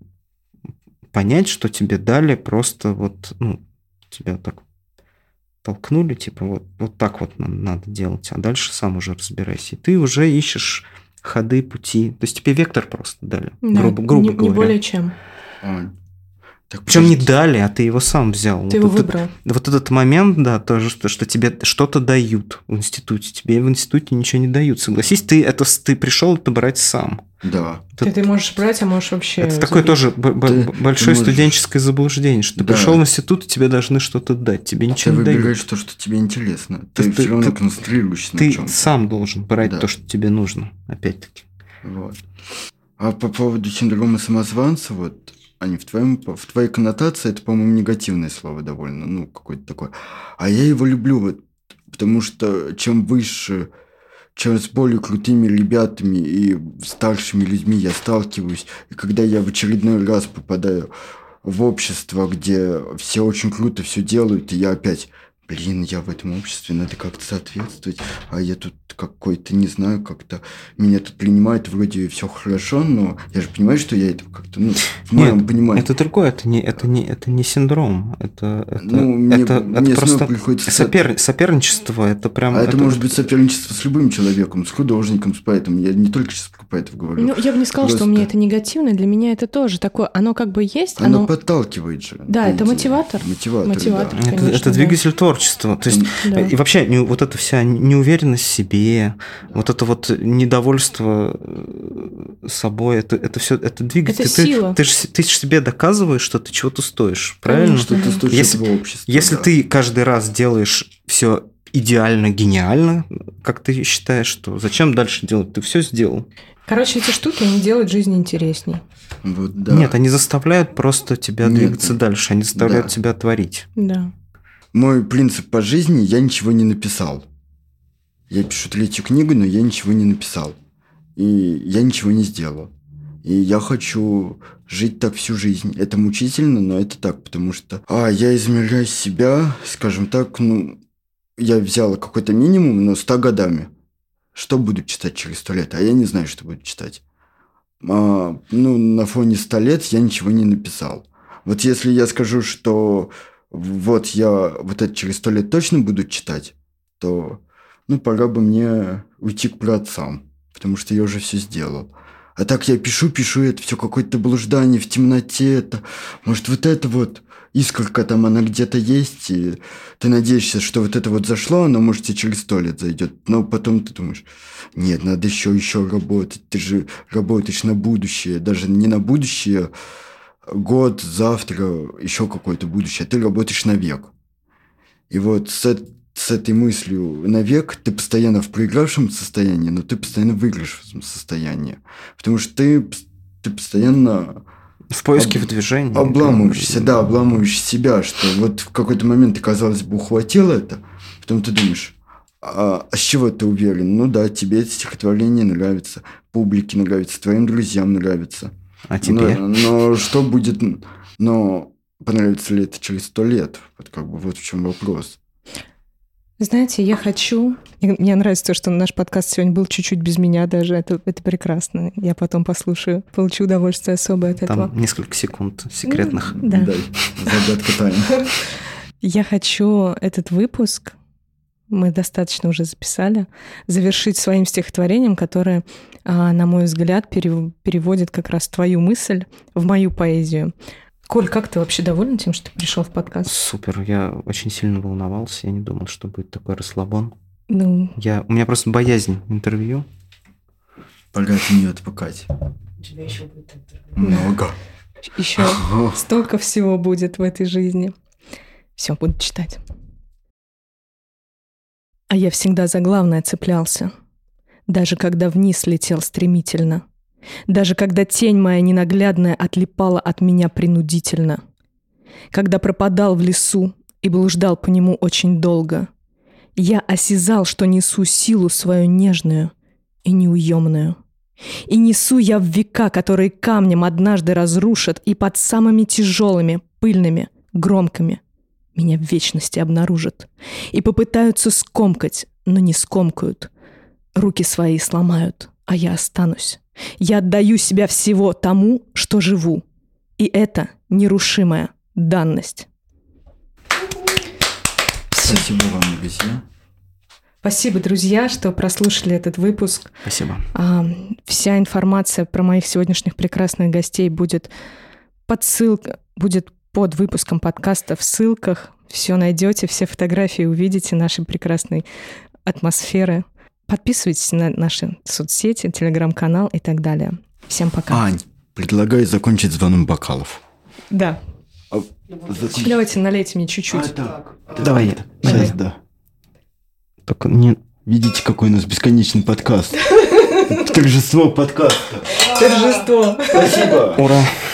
понять, что тебе дали просто вот, ну, тебя так толкнули, типа, вот, вот так вот нам надо делать, а дальше сам уже разбирайся. И ты уже ищешь ходы, пути. То есть тебе вектор просто дали, Да, грубо, грубо не, не говоря. более чем. А, так Причем не подожди. дали, а ты его сам взял. Ты вот его этот- выбрал. Вот этот момент, да, тоже, что, что тебе что-то дают в институте. Тебе в институте ничего не дают. Согласись, ты, это, с- ты пришел это брать сам. Да. Это, Ты, ты можешь брать, а можешь вообще... это такое забить. тоже б- б- Ты- большое ты можешь- студенческое заблуждение, что ты Да. пришел в институт, и тебе должны что-то дать. Тебе Ты ничего не дают. выбираешь то, что тебе интересно. Ты, Ты- все ты- равно ты- концентрируешься на Ты чем-то. сам должен брать Да. то, что тебе нужно. Опять-таки. Вот. А по поводу синдрома самозванца, вот они в твоем, в твоей коннотации это, по-моему, негативное слово довольно, ну какое-то такое. А я его люблю, вот, потому что чем выше, чем с более крутыми ребятами и старшими людьми я сталкиваюсь, и когда я в очередной раз попадаю в общество, где все очень круто все делают, и я опять, блин, я в этом обществе, надо как-то соответствовать, а я тут какой-то, не знаю, как-то меня тут принимают, вроде все хорошо, но я же понимаю, что я это как-то, ну, в моем Нет, понимании. это другое, это не, это не, это не синдром. Это, это, Ну, мне- это, мне это снова просто приходится с сопер- соперничество. Это прям... А это, может быть соперничество с любым человеком, с художником, с поэтом. Я не только сейчас про поэтов говорю. Ну, я бы не сказала, что у меня Просто- это негативное. Для меня это тоже такое. Оно как бы есть, Оно оно... подталкивает же. Да, это видите. мотиватор. Мотиватор, Мотиватор. да. Это, Конечно, это да. двигатель творчества. То есть, Да. и вообще не- вот эта вся неуверенность в себе, вот это вот недовольство э, собой, это, это все, это двигатель. Это ты, сила. Ты, же, ты же себе доказываешь, что ты чего-то стоишь, правильно? Конечно. Что ты стоишь Если- этого общества. Если да. ты каждый раз делаешь все идеально, гениально, как ты считаешь, то зачем дальше делать? Ты все сделал. Короче, эти штуки, они делают жизнь интересней. Вот, да. Нет, они заставляют просто тебя Нет, двигаться дальше, они заставляют да. тебя творить. Да. Мой принцип по жизни – я ничего не написал. Я пишу третью книгу, но я ничего не написал. И я ничего не сделал. И я хочу жить так всю жизнь. Это мучительно, но это так, потому что а, я измеряю себя, скажем так, ну, я взял какой-то минимум, но ста годами. Что буду читать через сто лет? А я не знаю, что буду читать. А, ну, на фоне ста лет я ничего не написал. Вот если я скажу, что вот я вот это через сто лет точно буду читать, то, ну, пора бы мне уйти к праотцам, потому что я уже все сделал. А так я пишу, пишу, это все какое-то блуждание в темноте, это, может, вот это вот искорка там, она где-то есть, и ты надеешься, что вот это вот зашло, оно, может, и через сто лет зайдет, но потом ты думаешь, нет, надо еще, еще работать, ты же работаешь на будущее, даже не на будущее, год, завтра, еще какое-то будущее, ты работаешь на век. И вот с, с с этой мыслью навек, ты постоянно в проигравшем состоянии, но ты постоянно в выигравшем состоянии. Потому что ты, ты постоянно... В поиске, об... в движении. Обламываешься, да, обламываешь себя, что вот в какой-то момент ты, казалось бы, ухватил это, потом ты думаешь, а, а с чего ты уверен? Ну да, тебе это стихотворение нравится, публике нравится, твоим друзьям нравится. А тебе? Но, но что будет... Но понравится ли это через сто лет? Вот как бы вот в чем вопрос. Знаете, я хочу... Мне нравится то, что наш подкаст сегодня был чуть-чуть без меня даже. Это, это прекрасно. Я потом послушаю. Получу удовольствие особое от Там этого. Там несколько секунд секретных. Да. Да. Загадка тайны. Я хочу этот выпуск, мы достаточно уже записали, завершить своим стихотворением, которое, на мой взгляд, переводит как раз твою мысль в мою поэзию. Коль, как ты вообще доволен тем, что ты пришел в подкаст? Супер, я очень сильно волновался, я не думал, что будет такой расслабон. Ну... Я... У меня просто боязнь интервью. Пора от нее отпускать. У тебя еще будет интервью. Много. Еще столько всего будет в этой жизни. Все, буду читать. А я всегда за главное цеплялся, даже когда вниз летел стремительно. Даже когда тень моя ненаглядная отлипала от меня принудительно. Когда пропадал в лесу и блуждал по нему очень долго, я осязал, что несу силу свою нежную и неуемную. И несу я в века, которые камнем однажды разрушат и под самыми тяжелыми, пыльными, громкими меня в вечности обнаружат. И попытаются скомкать, но не скомкают. Руки свои сломают, а я останусь. Я отдаю себя всего тому, что живу. И это нерушимая данность. Спасибо вам, друзья. Спасибо, друзья, что прослушали этот выпуск. Спасибо. А, вся информация про моих сегодняшних прекрасных гостей будет под ссылкой, будет под выпуском подкаста в ссылках. Все найдете, все фотографии увидите нашей прекрасной атмосферы. Подписывайтесь на наши соцсети, телеграм-канал и так далее. Всем пока. Ань, предлагаю закончить звоном бокалов. Да. А, законч... Давайте налейте мне чуть-чуть. А, так. Давай. Это, сейчас, да. Только не... Видите, какой у нас бесконечный подкаст. Торжество подкаста. Торжество. Спасибо. Ура.